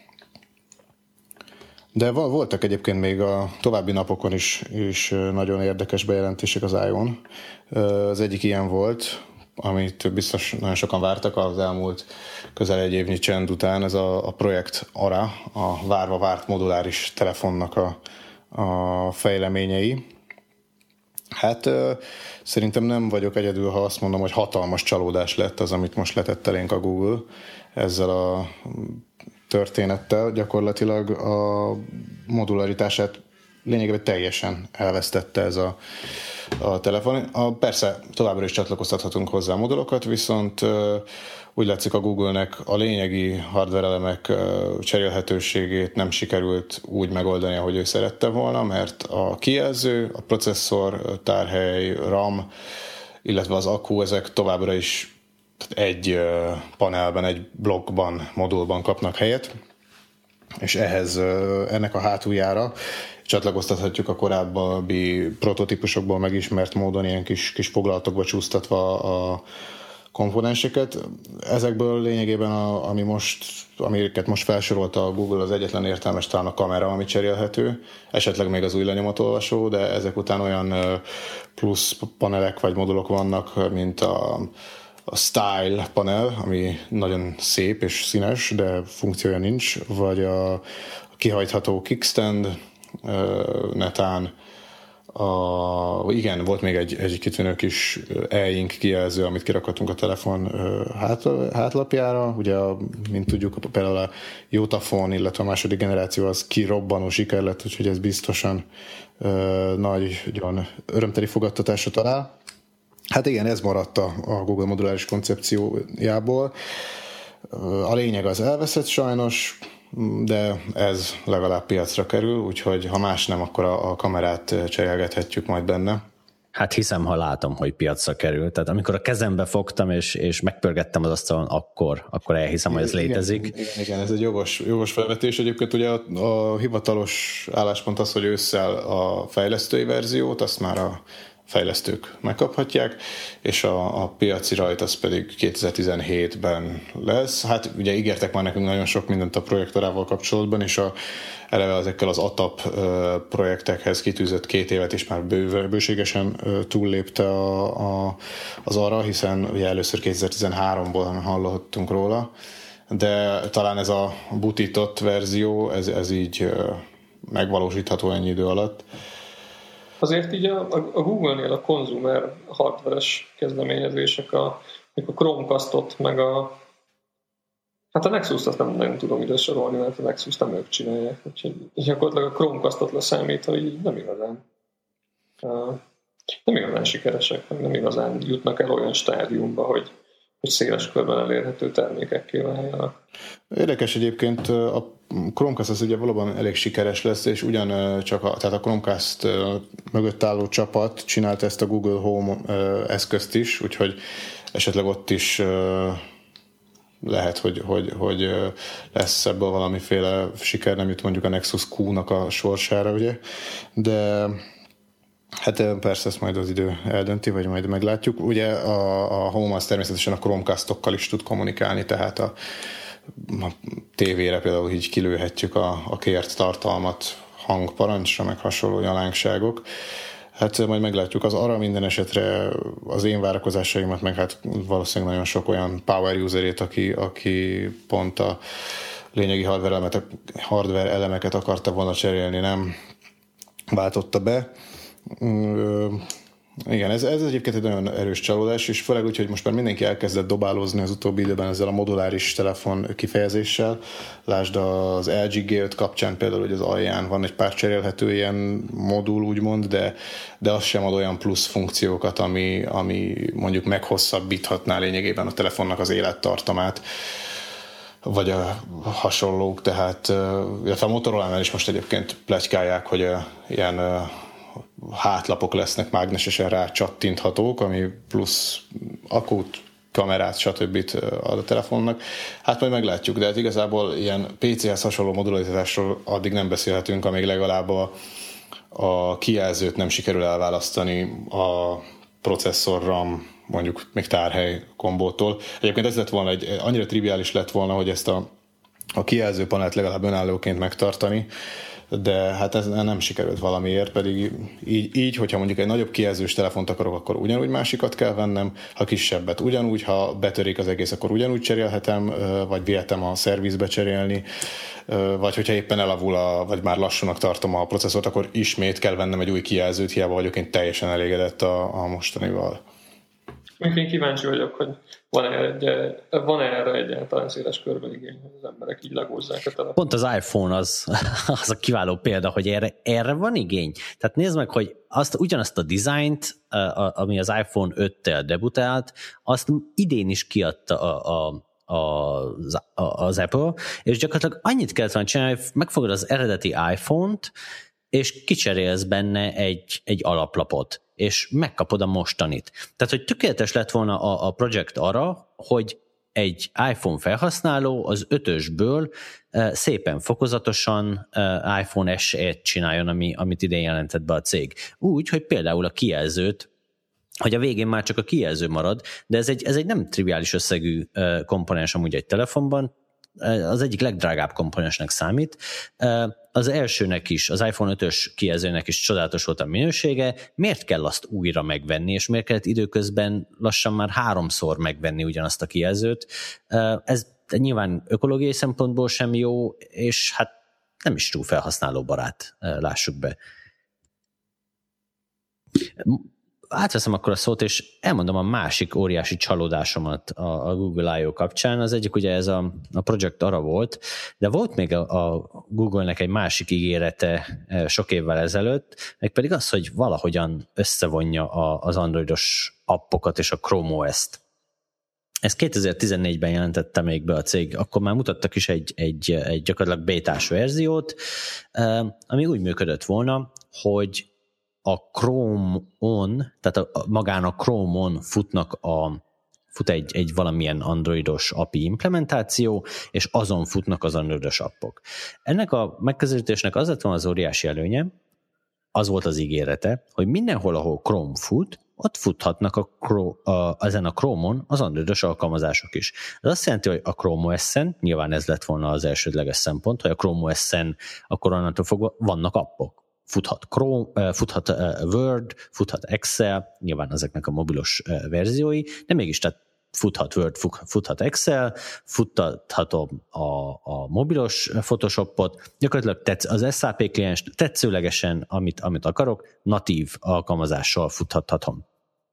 De voltak egyébként még a további napokon is nagyon érdekes bejelentések az iON. Az egyik ilyen volt, amit biztos nagyon sokan vártak az elmúlt közel egy évnyi csend után, ez a projekt ARA, a várva várt moduláris telefonnak a fejleményei. Hát szerintem nem vagyok egyedül, ha azt mondom, hogy hatalmas csalódás lett az, amit most letett elénk a Google ezzel a történettel. Gyakorlatilag a modularitását lényegében teljesen elvesztette ez a telefon. Persze továbbra is csatlakoztathatunk hozzá modulokat, viszont úgy látszik a Google-nek a lényegi hardware elemek cserélhetőségét nem sikerült úgy megoldani, ahogy ő szerette volna, mert a kijelző, a processzor, tárhely, RAM, illetve az akku, ezek továbbra is egy panelben, egy blokkban, modulban kapnak helyet, és ennek a hátuljára csatlakoztathatjuk a korábbi prototípusokból megismert módon ilyen kis foglalatokba csúsztatva a komponenseket. Ezekből lényegében, amiket most felsorolta a Google, az egyetlen értelmes talán a kamera, ami cserélhető, esetleg még az új lenyomatolvasó, de ezek után olyan plusz panelek vagy modulok vannak, mint a Style panel, ami nagyon szép és színes, de funkciója nincs, vagy a kihajtható kickstand, netán igen, volt még egy kitűnő kis e-ink kijelző, amit kirakhatunk a telefon hátlapjára. Ugye, mint tudjuk, például a Jotafone, illetve a második generáció az kirobbanó siker lett, úgyhogy ez biztosan nagyon örömteli fogadtatásra talál. Hát igen, ez maradt a Google moduláris koncepciójából. A lényeg az elveszett sajnos, de ez legalább piacra kerül, úgyhogy ha más nem, akkor a kamerát cserélgethetjük majd benne. Hát hiszem, ha látom, hogy piacra kerül. Tehát amikor a kezembe fogtam, és megpörgettem az asztalon, akkor elhiszem, hogy ez létezik. Igen, ez egy jogos felvetés. Egyébként ugye a hivatalos álláspont az, hogy ősszel a fejlesztői verziót, azt már a fejlesztők megkaphatják, és a piaci rajt az pedig 2017-ben lesz. Hát ugye ígértek már nekünk nagyon sok mindent a projektorával kapcsolatban, és eleve ezekkel az ATAP projektekhez kitűzött 2 évet is már bőségesen túllépte az arra, hiszen ugye először 2013-ból hallottunk róla, de talán ez a butított verzió, ez így megvalósítható ennyi idő alatt. Azért így a Google-nél a consumer hardware-es kezdeményezések, a Chromecastot, meg a Nexus-t azt nem nagyon tudom ide sorolni, mert a Nexus nem ők csinálják. Úgyhogy gyakorlatilag a Chromecastot leszámítva így nem igazán sikeresek, meg nem igazán jutnak el olyan stádiumba, hogy széles körben elérhető termékekké váljanak. Érdekes egyébként, a Chromecast az ugye valóban elég sikeres lesz, és tehát a Chromecast mögött álló csapat csinált ezt a Google Home eszközt is, úgyhogy esetleg ott is lehet, hogy lesz ebből valamiféle siker, nem jut mondjuk a Nexus Q-nak a sorsára, ugye, de hát persze ezt majd az idő eldönti, vagy majd meglátjuk. Ugye a Home az természetesen a Chromecastokkal is tud kommunikálni, tehát a tévére például így kilőhetjük a kért tartalmat hangparancsra, meg hasonló nyalánkságok. Hát majd meglátjuk. Az arra minden esetre az én várakozásaimat, meg hát valószínűleg nagyon sok olyan power userét, aki pont a lényegi hardware elemeket akarta volna cserélni, nem váltotta be. Igen, ez egyébként egy nagyon erős csalódás, és főleg úgy, hogy most már mindenki elkezdett dobálózni az utóbbi időben ezzel a moduláris telefon kifejezéssel. Lásd az LG G5 kapcsán például, hogy az alján van egy pár cserélhető ilyen modul, úgymond, de az sem ad olyan plusz funkciókat, ami mondjuk meghosszabbíthatná lényegében a telefonnak az élettartamát, vagy a hasonlók, tehát illetve a Motorola-nál is most egyébként pletykálják, hogy ilyen hátlapok lesznek mágnesesen rácsattinthatók, ami plusz akut, kamerát, stb. Ad a telefonnak. Hát majd meglátjuk, de hát igazából ilyen PC-hez hasonló modularitásról addig nem beszélhetünk, amíg legalább a kijelzőt nem sikerül elválasztani a processzor, RAM, mondjuk még tárhely kombótól. Egyébként ez lett volna annyira triviális lett volna, hogy ezt a kijelző panelt legalább önállóként megtartani, de hát ez nem sikerült valamiért, pedig így, hogyha mondjuk egy nagyobb kijelzős telefont akarok, akkor ugyanúgy másikat kell vennem, ha kisebbet ugyanúgy, ha betörik az egész, akkor ugyanúgy cserélhetem, vagy vihetem a szervizbe cserélni, vagy hogyha éppen elavul, vagy már lassúnak tartom a processzort, akkor ismét kell vennem egy új kijelzőt, hiába vagyok én teljesen elégedett a mostanival. Én kíváncsi vagyok, hogy van erre egyáltalán széles körben igény, hogy az emberek így legózzák a telefon. Pont az iPhone az a kiváló példa, hogy erre van igény. Tehát nézd meg, hogy ugyanazt a dizájnt, ami az iPhone 5-tel debutált, azt idén is kiadta az Apple, és gyakorlatilag annyit kellett volna csinálni, hogy megfogod az eredeti iPhone-t, és kicserélsz benne egy alaplapot, és megkapod a mostanit. Tehát, hogy tökéletes lett volna a projekt arra, hogy egy iPhone felhasználó az 5-ösből szépen fokozatosan iPhone SE-t csináljon, amit idén jelentett be a cég. Úgy, hogy például a kijelzőt, hogy a végén már csak a kijelző marad, de ez egy nem triviális összegű komponens amúgy egy telefonban, az egyik legdrágább komponensnek számít. Az elsőnek is, az iPhone 5-ös kijelzőnek is csodálatos volt a minősége. Miért kell azt újra megvenni, és miért kellett időközben lassan már 3-szor megvenni ugyanazt a kijelzőt? Ez nyilván ökológiai szempontból sem jó, és hát nem is túl felhasználóbarát, lássuk be. Átveszem akkor a szót, és elmondom a másik óriási csalódásomat a Google I.O. kapcsán. Az egyik ugye ez a Project Ara volt, de volt még a Google-nek egy másik ígérete sok évvel ezelőtt, meg pedig az, hogy valahogyan összevonja az androidos appokat és a Chrome OS-t. Ezt 2014-ben jelentette még be a cég, akkor már mutattak is egy gyakorlatilag bétás verziót, ami úgy működött volna, hogy a Chrome-on, tehát magán a Chrome-on fut egy valamilyen androidos API implementáció, és azon futnak az androidos appok. Ennek a megközelítésnek az lett volna az óriási előnye, az volt az ígérete, hogy mindenhol, ahol Chrome fut, ott futhatnak ezen a Chrome-on az androidos alkalmazások is. Ez azt jelenti, hogy a Chrome OS-en, nyilván ez lett volna az elsődleges szempont, hogy a Chrome OS-en akkor onnantól fogva vannak appok. Futhat Chrome, futhat Word, futhat Excel, nyilván ezeknek a mobilos verziói, de mégis tehát futhat Word, futhat Excel, futhatom a mobilos Photoshopot, gyakorlatilag az SAP kliens tetszőlegesen, amit akarok, natív alkalmazással futhatom.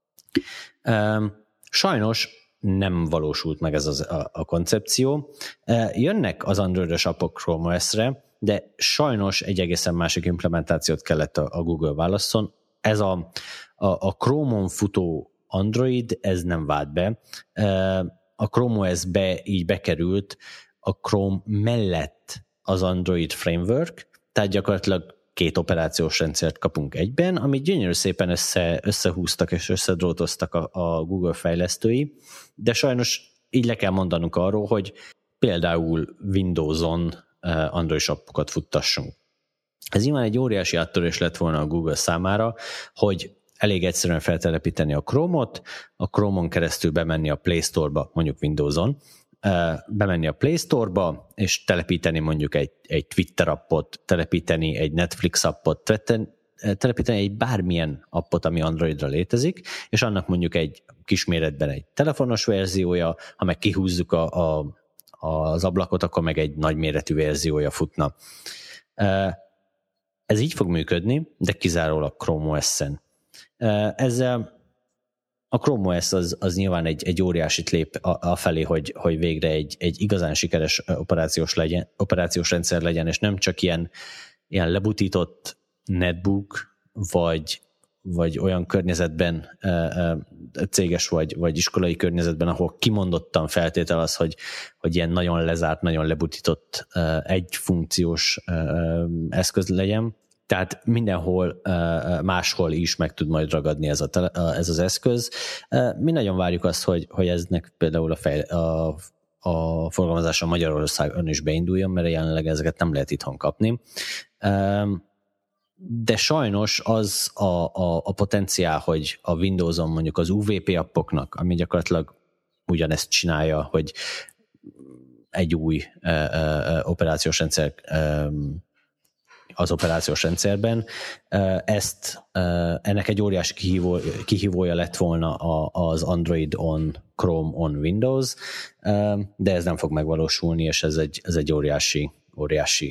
Sajnos nem valósult meg ez a koncepció. Jönnek az androidos appok Chrome OS-re, de sajnos egy egészen másik implementációt kellett a Google válasszon. Ez a Chrome-on futó Android, ez nem vált be. A Chrome OS-be így bekerült a Chrome mellett az Android Framework, tehát gyakorlatilag 2 operációs rendszert kapunk egyben, amit gyönyörű szépen összehúztak és összedrótoztak a Google fejlesztői, de sajnos így le kell mondanunk arról, hogy például Windows-on android appokat futtassunk. Ez nyilván egy óriási áttörés lett volna a Google számára, hogy elég egyszerűen feltelepíteni a Chrome-ot, a Chrome-on keresztül bemenni a Play Store-ba, mondjuk Windows-on, bemenni a Play Store-ba, és telepíteni mondjuk egy Twitter appot, telepíteni egy Netflix appot, telepíteni egy bármilyen appot, ami Androidra létezik, és annak mondjuk egy kisméretben egy telefonos verziója, ha meg kihúzzuk az ablakot, akkor meg egy nagyméretű verziója futna. Ez így fog működni, de kizárólag Chrome OS-en. Ezzel a Chrome OS az nyilván egy óriásit lép afelé, hogy végre egy igazán sikeres operációs rendszer legyen, és nem csak ilyen lebutított netbook, vagy olyan környezetben, céges vagy iskolai környezetben, ahol kimondottan feltétel az, hogy ilyen nagyon lezárt, nagyon lebutított egyfunkciós eszköz legyen. Tehát mindenhol máshol is meg tud majd ragadni ez az eszköz. Mi nagyon várjuk azt, hogy eznek például a forgalmazása Magyarországon is beinduljon, mert jelenleg ezeket nem lehet itthon kapni. De sajnos az a potenciál, hogy a Windows-on mondjuk az UWP appoknak, ami gyakorlatilag ugyanezt csinálja, hogy egy új operációs rendszer az operációs rendszerben, ennek egy óriási kihívója lett volna az Android on Chrome on Windows, de ez nem fog megvalósulni, és ez egy óriási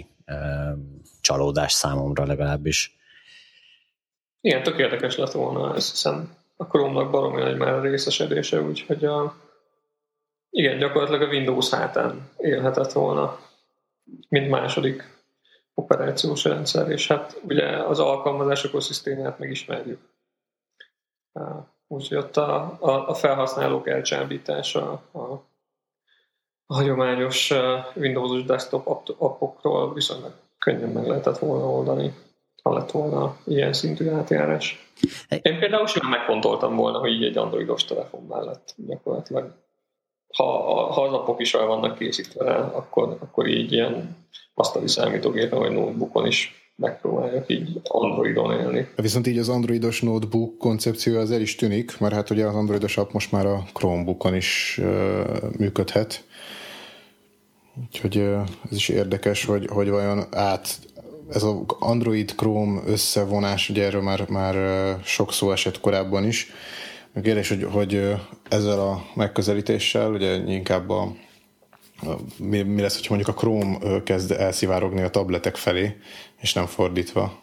csalódás számomra legalábbis. Igen, tök érdekes lett volna, ezt hiszem. a Chrome-nak baromi nagy már a részesedése, úgyhogy igen, gyakorlatilag a Windows hátán élhetett volna, mint második operációs rendszer, és hát ugye az alkalmazás ökoszisztémát megismerjük. Úgyhogy ott a felhasználók elcsábítása a hagyományos Windows-os desktop appokról viszonylag könnyen meg lehetett volna oldani, ha lett volna ilyen szintű átjárás. Én például simán megfontoltam volna, hogy így egy androidos telefon mellett gyakorlatilag. Ha az appok is el vannak készítve rá, akkor így ilyen asztali számítógépen vagy notebookon is megpróbáljuk így Androidon élni. Viszont így az androidos notebook koncepció az el is tűnik, mert hát ugye az androidos app most már a Chromebookon is működhet. Úgyhogy ez is érdekes, hogy vajon ez az Android-Chrome összevonás, ugye erről már sok szó esett korábban is. Kérdés, hogy ezzel a megközelítéssel ugye inkább mi lesz, hogyha mondjuk a Chrome kezd elszivárogni a tabletek felé, és nem fordítva?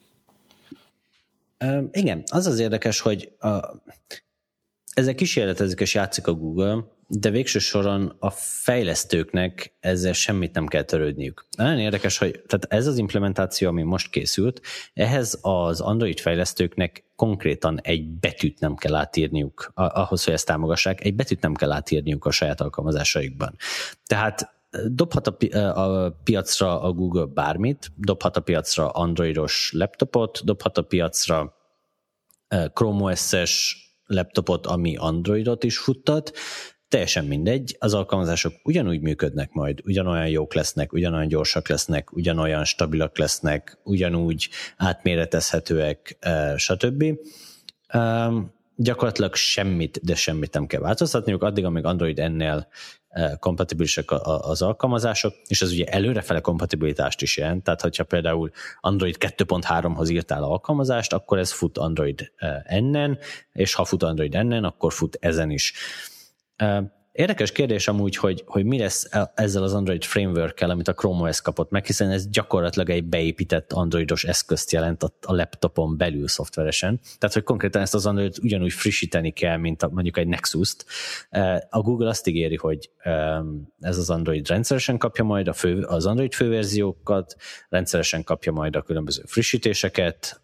Igen, az érdekes, hogy ezzel kísérletezik és játszik a Google, de végső soron a fejlesztőknek ezzel semmit nem kell törődniük. Nagyon érdekes, hogy tehát ez az implementáció, ami most készült, ehhez az Android fejlesztőknek konkrétan egy betűt nem kell átírniuk, ahhoz, hogy ezt támogassák, egy betűt nem kell átírniuk a saját alkalmazásaikban. Tehát dobhat a piacra a Google bármit, dobhat a piacra androidos laptopot, dobhat a piacra Chrome OS-es laptopot, ami Androidot is futtat, teljesen mindegy, az alkalmazások ugyanúgy működnek majd, ugyanolyan jók lesznek, ugyanolyan gyorsak lesznek, ugyanolyan stabilak lesznek, ugyanúgy átméretezhetőek, stb. Gyakorlatilag semmit, de semmit nem kell változtatniuk, addig, amíg Android ennél kompatibilisek az alkalmazások, és ez ugye előrefele kompatibilitást is jelent, tehát hogyha például Android 2.3-hoz írtál alkalmazást, akkor ez fut Android N-en, és ha fut Android N-en, akkor fut ezen is. Érdekes kérdés amúgy, hogy mi lesz ezzel az Android framework-kel, amit a Chrome OS kapott meg, hiszen ez gyakorlatilag egy beépített androidos eszközt jelent a laptopon belül szoftveresen. Tehát, hogy konkrétan ezt az Android ugyanúgy frissíteni kell, mint mondjuk egy Nexus-t. A Google azt ígéri, hogy ez az Android rendszeresen kapja majd az Android főverziókat, rendszeresen kapja majd a különböző frissítéseket,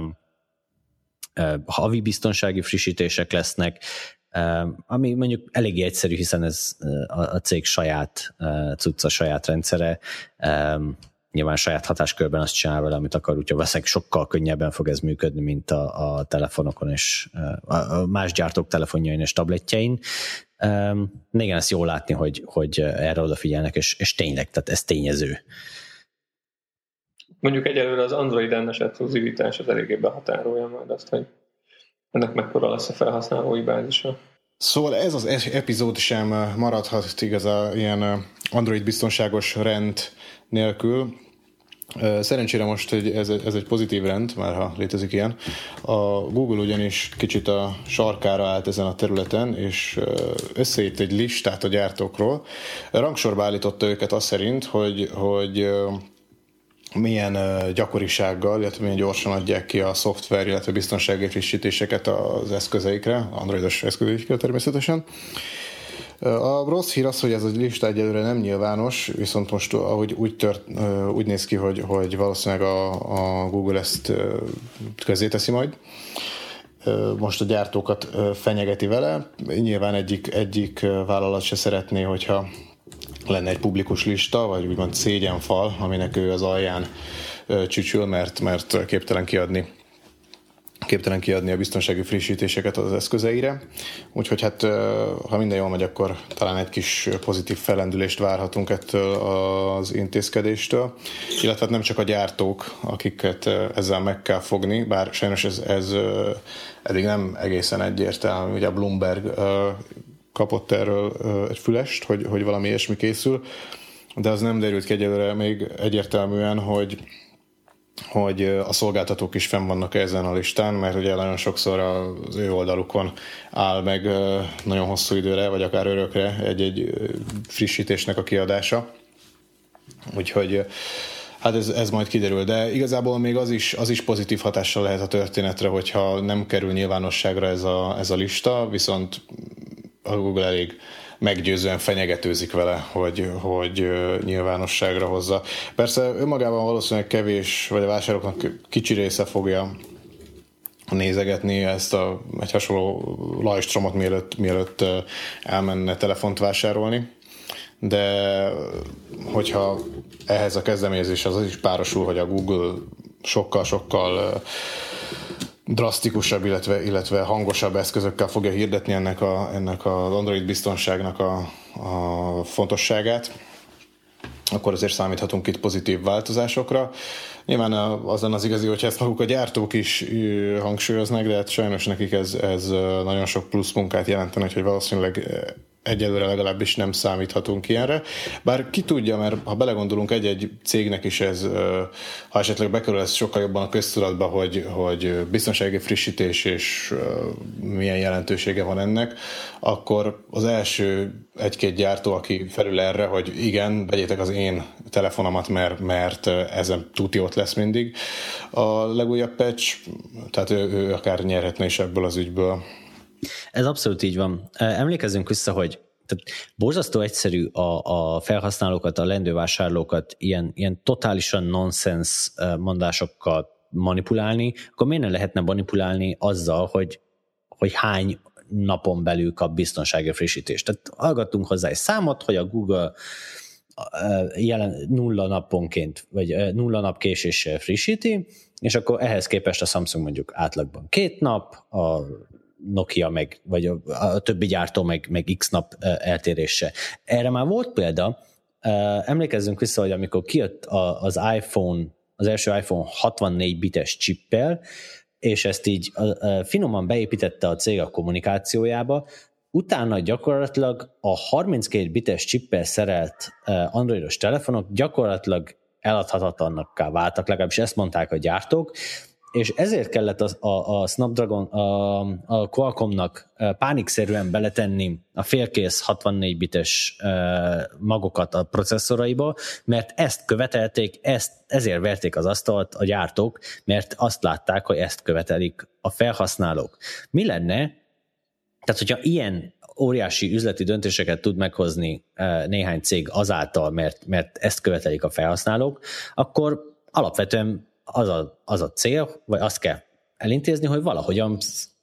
havi biztonsági frissítések lesznek, ami mondjuk eléggé egyszerű, hiszen ez a cég saját cucca, saját rendszere, nyilván saját hatáskörben azt csinál vele, amit akar, úgyhogy valószínűleg sokkal könnyebben fog ez működni, mint a telefonokon és a más gyártók telefonjain és tabletjein. Igen, ezt jól látni, hogy erre odafigyelnek, és tényleg, tehát ez tényező. Mondjuk egyelőre az Android N-es exkluzivitás az eléggé behatárolja majd azt, hogy ennek mekkora lesz a felhasználói bázisa. Szóval ez az epizód sem maradhat igazán ilyen Android biztonságos rend nélkül. Szerencsére most ez egy pozitív rend, már ha létezik ilyen. A Google ugyanis kicsit a sarkára állt ezen a területen, és összeírt egy listát a gyártókról. Rangsorba állította őket azt szerint, hogy milyen gyakorisággal, illetve milyen gyorsan adják ki a szoftver, illetve biztonsági frissítéseket az eszközeikre, androidos eszközeikre természetesen. A rossz hír az, hogy ez a lista egyelőre nem nyilvános, viszont most ahogy úgy néz ki, hogy valószínűleg a Google ezt közzé teszi majd. Most a gyártókat fenyegeti vele. Nyilván egyik vállalat se szeretné, hogyha lenne egy publikus lista, vagy úgymond szégyenfal, aminek ő az alján csücsül, mert képtelen kiadni a biztonsági frissítéseket az eszközeire. Úgyhogy hát, ha minden jól megy, akkor talán egy kis pozitív fellendülést várhatunk ettől az intézkedéstől. Illetve nem csak a gyártók, akiket ezzel meg kell fogni, bár sajnos ez eddig nem egészen egyértelmű. Ugye a Bloomberg kapott erről egy fülest, hogy valami ilyesmi készül, de az nem derült ki egyelőre még egyértelműen, hogy a szolgáltatók is fenn vannak ezen a listán, mert ugye nagyon sokszor az ő oldalukon áll meg nagyon hosszú időre, vagy akár örökre egy frissítésnek a kiadása. Úgyhogy Hát ez majd kiderül, de igazából még az is pozitív hatással lehet a történetre, hogyha nem kerül nyilvánosságra ez a lista, viszont a Google elég meggyőzően fenyegetőzik vele, hogy nyilvánosságra hozza. Persze önmagában valószínűleg kevés, vagy a vásároknak kicsi része fogja nézegetni ezt egy hasonló lajstromot, mielőtt elmenne telefont vásárolni. De hogyha ehhez a kezdeményezés az is párosul, hogy a Google sokkal drasztikusabb, illetve hangosabb eszközökkel fogja hirdetni ennek az Android biztonságnak a fontosságát, akkor azért számíthatunk itt pozitív változásokra. Nyilván az lenne az igazi, hogyha ezt maguk a gyártók is hangsúlyoznak, de hát sajnos nekik ez nagyon sok plusz munkát jelentene, hogy valószínűleg egyelőre legalábbis nem számíthatunk ilyenre. Bár ki tudja, mert ha belegondolunk egy-egy cégnek is ez, ha esetleg bekerül ez sokkal jobban a köztudatba, hogy biztonsági frissítés és milyen jelentősége van ennek, akkor az első egy-két gyártó, aki felül erre, hogy igen, vegyétek az én telefonomat, mert ezen tuti ott lesz mindig. A legújabb patch, tehát ő akár nyerhetne is ebből az ügyből. Ez abszolút így van. Emlékezzünk vissza, hogy borzasztó egyszerű a felhasználókat, a lendővásárlókat ilyen totálisan nonsens mondásokkal manipulálni, akkor miért ne lehetne manipulálni azzal, hogy hány napon belül kap biztonsági frissítést. Tehát hallgattunk hozzá egy számot, hogy a Google 0 naponként, vagy 0 nap késéssel frissíti, és akkor ehhez képest a Samsung mondjuk átlagban 2 nap, a Nokia vagy a többi gyártó meg x nap eltérése. Erre már volt példa. Emlékezzünk vissza, hogy amikor kijött az első iPhone 64 bites chippel, és ezt így finoman beépítette a cég a kommunikációjába, utána gyakorlatilag a 32 bites chippel szerelt androidos telefonok gyakorlatilag eladhatatlanakká váltak, legalábbis ezt mondták a gyártók, és ezért kellett a Snapdragon, a Qualcommnak pánikszerűen beletenni a félkész 64 bites magokat a processzoraiba, mert ezt követelték, ezért verték az asztalt a gyártók, mert azt látták, hogy ezt követelik a felhasználók. Mi lenne, tehát hogyha ilyen óriási üzleti döntéseket tud meghozni néhány cég azáltal, mert ezt követelik a felhasználók, akkor alapvetően az a cél, vagy azt kell elintézni, hogy valahogyan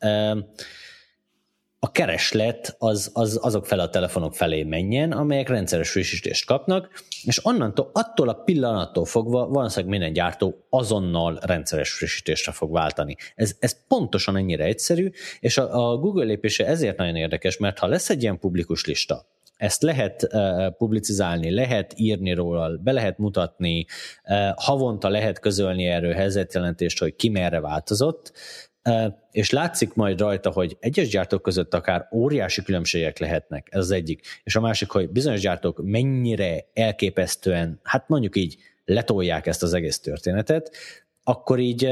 a kereslet azok fel a telefonok felé menjen, amelyek rendszeres frissítést kapnak, és attól a pillanattól fogva valószínűleg minden gyártó azonnal rendszeres frissítésre fog váltani. Ez pontosan ennyire egyszerű, és a Google lépése ezért nagyon érdekes, mert ha lesz egy ilyen publikus lista, ezt lehet publicizálni, lehet írni róla, be lehet mutatni, havonta lehet közölni erről helyzetjelentést, hogy ki merre változott, és látszik majd rajta, hogy egyes gyártók között akár óriási különbségek lehetnek, ez az egyik. És a másik, hogy bizonyos gyártók mennyire elképesztően, hát mondjuk így letolják ezt az egész történetet, akkor így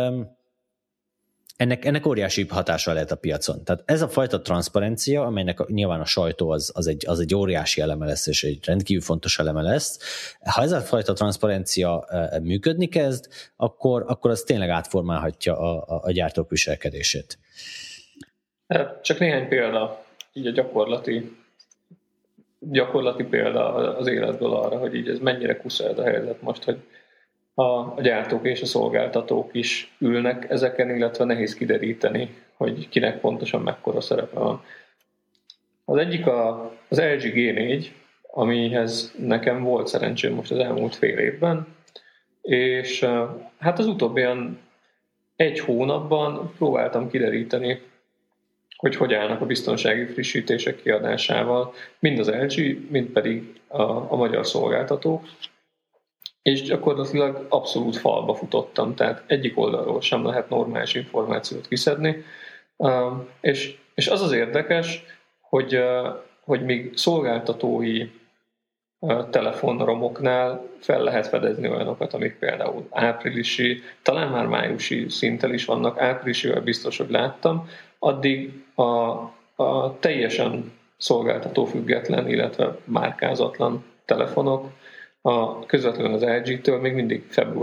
ennek óriási hatása lehet a piacon. Tehát ez a fajta transzparencia, amelynek nyilván a sajtó az egy óriási eleme lesz, és egy rendkívül fontos eleme lesz. Ha ez a fajta transzparencia működni kezd, akkor az tényleg átformálhatja a gyártók viselkedését. Csak néhány példa, így a gyakorlati példa az életből arra, hogy így ez mennyire kusza ez a helyzet most, hogy a gyártók és a szolgáltatók is ülnek ezeken, illetve nehéz kideríteni, hogy kinek pontosan mekkora szerepe van. Az egyik az LG G4, amihez nekem volt szerencsém most az elmúlt fél évben, és hát az utóbbi egy hónapban próbáltam kideríteni, hogy állnak a biztonsági frissítések kiadásával, mind az LG, mind pedig a magyar szolgáltatók. És gyakorlatilag abszolút falba futottam, tehát egyik oldalról sem lehet normális információt kiszedni. És az érdekes, hogy még szolgáltatói telefonromoknál fel lehet fedezni olyanokat, amik például áprilisi, talán már májusi szinttel is vannak, áprilisivel biztos, hogy láttam, addig a teljesen szolgáltató független, illetve márkázatlan telefonok közvetlenül az LG-től még mindig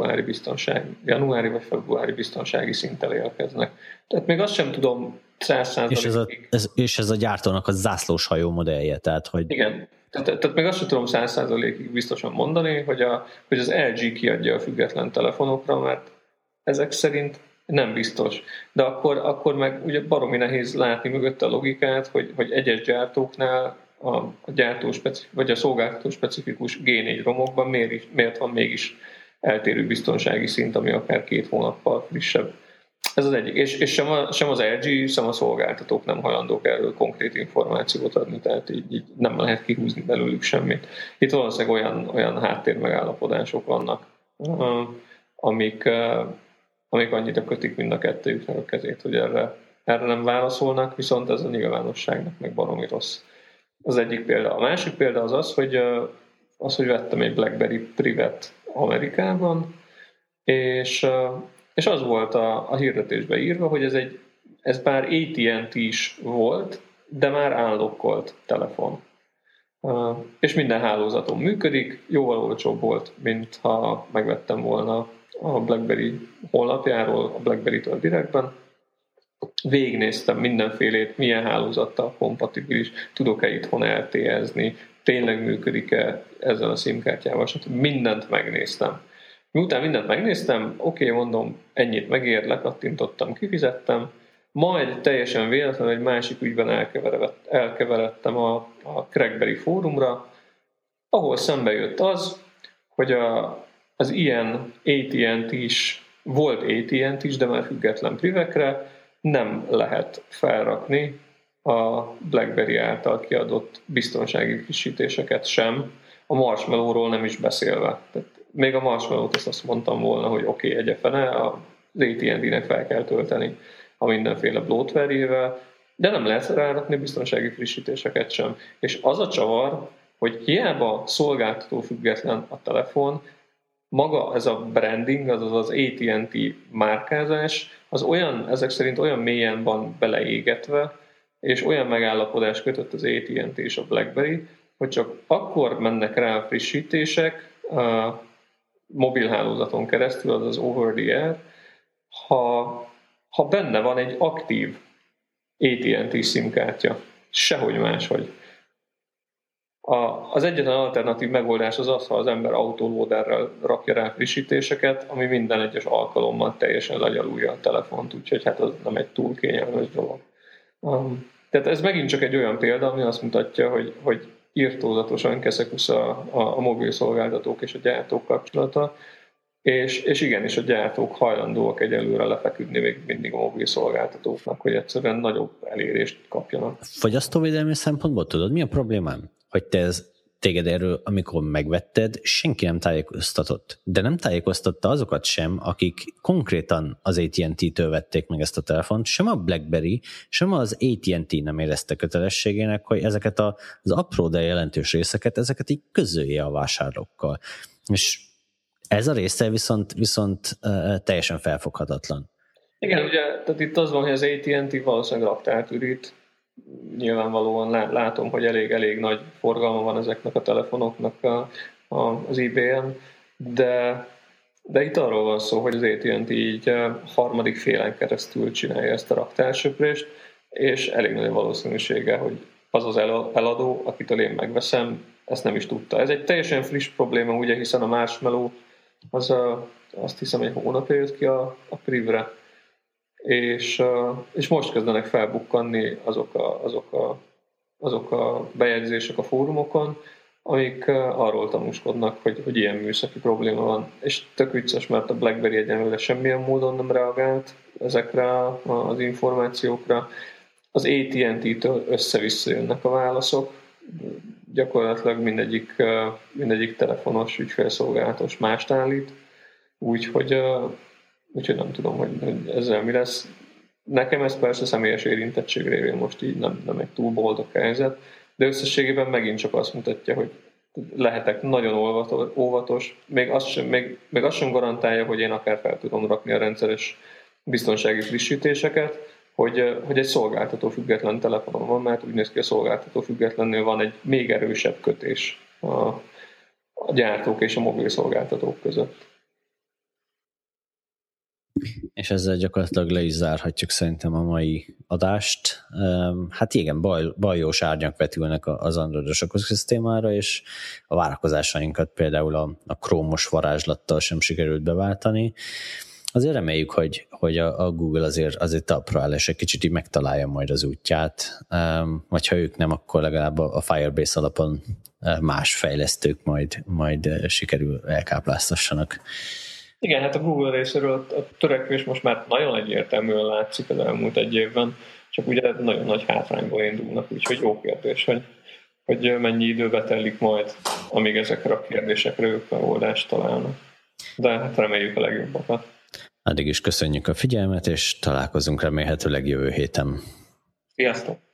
januári vagy februári biztonsági szinttel élkeznek. Tehát még azt sem tudom 100%-ig. És ez a gyártónak a zászlós hajó modellje, tehát hogy... Igen. Tehát még azt sem tudom 100%-ig biztosan mondani, hogy az LG kiadja a független telefonokra, mert ezek szerint nem biztos. De akkor meg ugye baromi nehéz látni mögötte a logikát, hogy egyes gyártóknál a gyártó vagy a szolgáltató specifikus G4 romokban miért van mégis eltérő biztonsági szint, ami akár 2 hónappal frissebb. Ez az egyik. És sem az LG, sem a szolgáltatók nem hajlandók erről konkrét információt adni, tehát így nem lehet kihúzni belőlük semmit. Itt valószínűleg olyan háttérmegállapodások vannak, amik annyira kötik mind a kettőjüknek a kezét, hogy erre nem válaszolnak, viszont ez a nyilvánosságnak meg baromi rossz. Az egyik példa. A másik példa az, hogy vettem egy BlackBerry Privet Amerikában, és az volt a hirdetésbe írva, hogy ez bár AT&T is volt, de már unlockolt telefon. És minden hálózaton működik, jóval olcsóbb volt, mint ha megvettem volna a BlackBerry honlapjáról, a BlackBerry-től direktben. Végignéztem mindenfélét, milyen hálózattal kompatibilis, tudok-e itthon LTE-zni, tényleg működik-e ezzel a SIM-kártyával, stb. Mindent megnéztem. Miután mindent megnéztem, oké, mondom, ennyit megér, lekattintottam, kifizettem, majd teljesen véletlenül egy másik ügyben elkeveredtem a Crackberry fórumra, ahol szembe jött az, hogy az ilyen AT&T-s, volt AT&T-s, de már független privekre nem lehet felrakni a BlackBerry által kiadott biztonsági frissítéseket sem, a Marshmallow-ról nem is beszélve. Tehát még a Marshmallow-t azt mondtam volna, hogy oké, egyefene, az AT&T-nek fel kell tölteni a mindenféle bloatware-jével, de nem lehet rárakni biztonsági frissítéseket sem. És az a csavar, hogy hiába szolgáltató független a telefon, maga ez a branding, azaz az AT&T márkázás, az ezek szerint olyan mélyen van beleégetve, és olyan megállapodást kötött az AT&T és a BlackBerry, hogy csak akkor mennek rá a frissítések a mobilhálózaton keresztül, azaz over the air, ha benne van egy aktív AT&T SIM-kártya. Sehogy máshogy. Az egyetlen alternatív megoldás az, ha az ember autoloaderrel rakja rá frissítéseket, ami minden egyes alkalommal teljesen legyalulja a telefont, úgyhogy hát az nem egy túl kényelmes dolog. Tehát ez megint csak egy olyan példa, ami azt mutatja, hogy irtózatosan keszekusz a mobil szolgáltatók és a gyártók kapcsolata, és igenis a gyártók hajlandóak egyelőre lefeküdni még mindig a mobil szolgáltatóknak, hogy egyszerűen nagyobb elérést kapjanak. Fogyasztóvédelmi szempontból tudod, mi a problémám? Hogy téged erről, amikor megvetted, senki nem tájékoztatott. De nem tájékoztatta azokat sem, akik konkrétan az AT&T-től vették meg ezt a telefont, sem a BlackBerry, sem az AT&T nem érezte kötelességének, hogy ezeket az apró, de jelentős részeket, ezeket így közölje a vásárlókkal. És ez a része viszont teljesen felfoghatatlan. Igen, ugye, tehát itt az van, hogy az AT&T valószínűleg raktárt ürít. Nyilvánvalóan látom, hogy elég nagy forgalma van ezeknek a telefonoknak az eBay-en, de itt arról van szó, hogy az AT&T így harmadik félen keresztül csinálja ezt a raktársöprést, és elég nagy valószínűsége, hogy az eladó, akitől én megveszem, ezt nem is tudta. Ez egy teljesen friss probléma, ugye, hiszen a Marshmallow azt hiszem egy hónapja jött ki a Privre, és most kezdenek felbukkanni azok a bejegyzések a fórumokon, amik arról tanúskodnak, hogy ilyen műszaki probléma van. És tök vicces, mert a BlackBerry egyenlőre semmilyen módon nem reagált ezekre az információkra. Az AT&T-től össze-vissza jönnek a válaszok. Gyakorlatilag mindegyik telefonos, ügyfélszolgálatos mást állít. Úgyhogy nem tudom, hogy ezzel mi lesz. Nekem ez persze személyes érintettség révén most így nem egy túl boldog helyzet, de összességében megint csak azt mutatja, hogy lehetek nagyon óvatos, még azt sem garantálja, hogy én akár fel tudom rakni a rendszeres biztonsági frissítéseket, hogy egy szolgáltató független telefonon van, mert úgy néz ki, a szolgáltató függetlennél van egy még erősebb kötés a gyártók és a mobil szolgáltatók között. És ezzel gyakorlatilag le is zárhatjuk szerintem a mai adást. Hát igen, bajós árnyak vetülnek az androidos ökoszisztémára, és a várakozásainkat például a Chrome-os varázslattal sem sikerült beváltani. Azért reméljük, hogy a Google azért talpra áll, és egy kicsit így megtalálja majd az útját, vagy ha ők nem, akkor legalább a Firebase alapon más fejlesztők majd sikerül elkápláztassanak. Igen, hát a Google részéről a törekvés most már nagyon egyértelműen látszik az elmúlt egy évben, csak ugye nagyon nagy hátrányból indulnak, úgyhogy jó kérdés, hogy mennyi időbe telik majd, amíg ezekre a kérdésekre ők megoldást találnak. De hát reméljük a legjobbakat. Addig is köszönjük a figyelmet, és találkozunk remélhetőleg jövő héten. Sziasztok!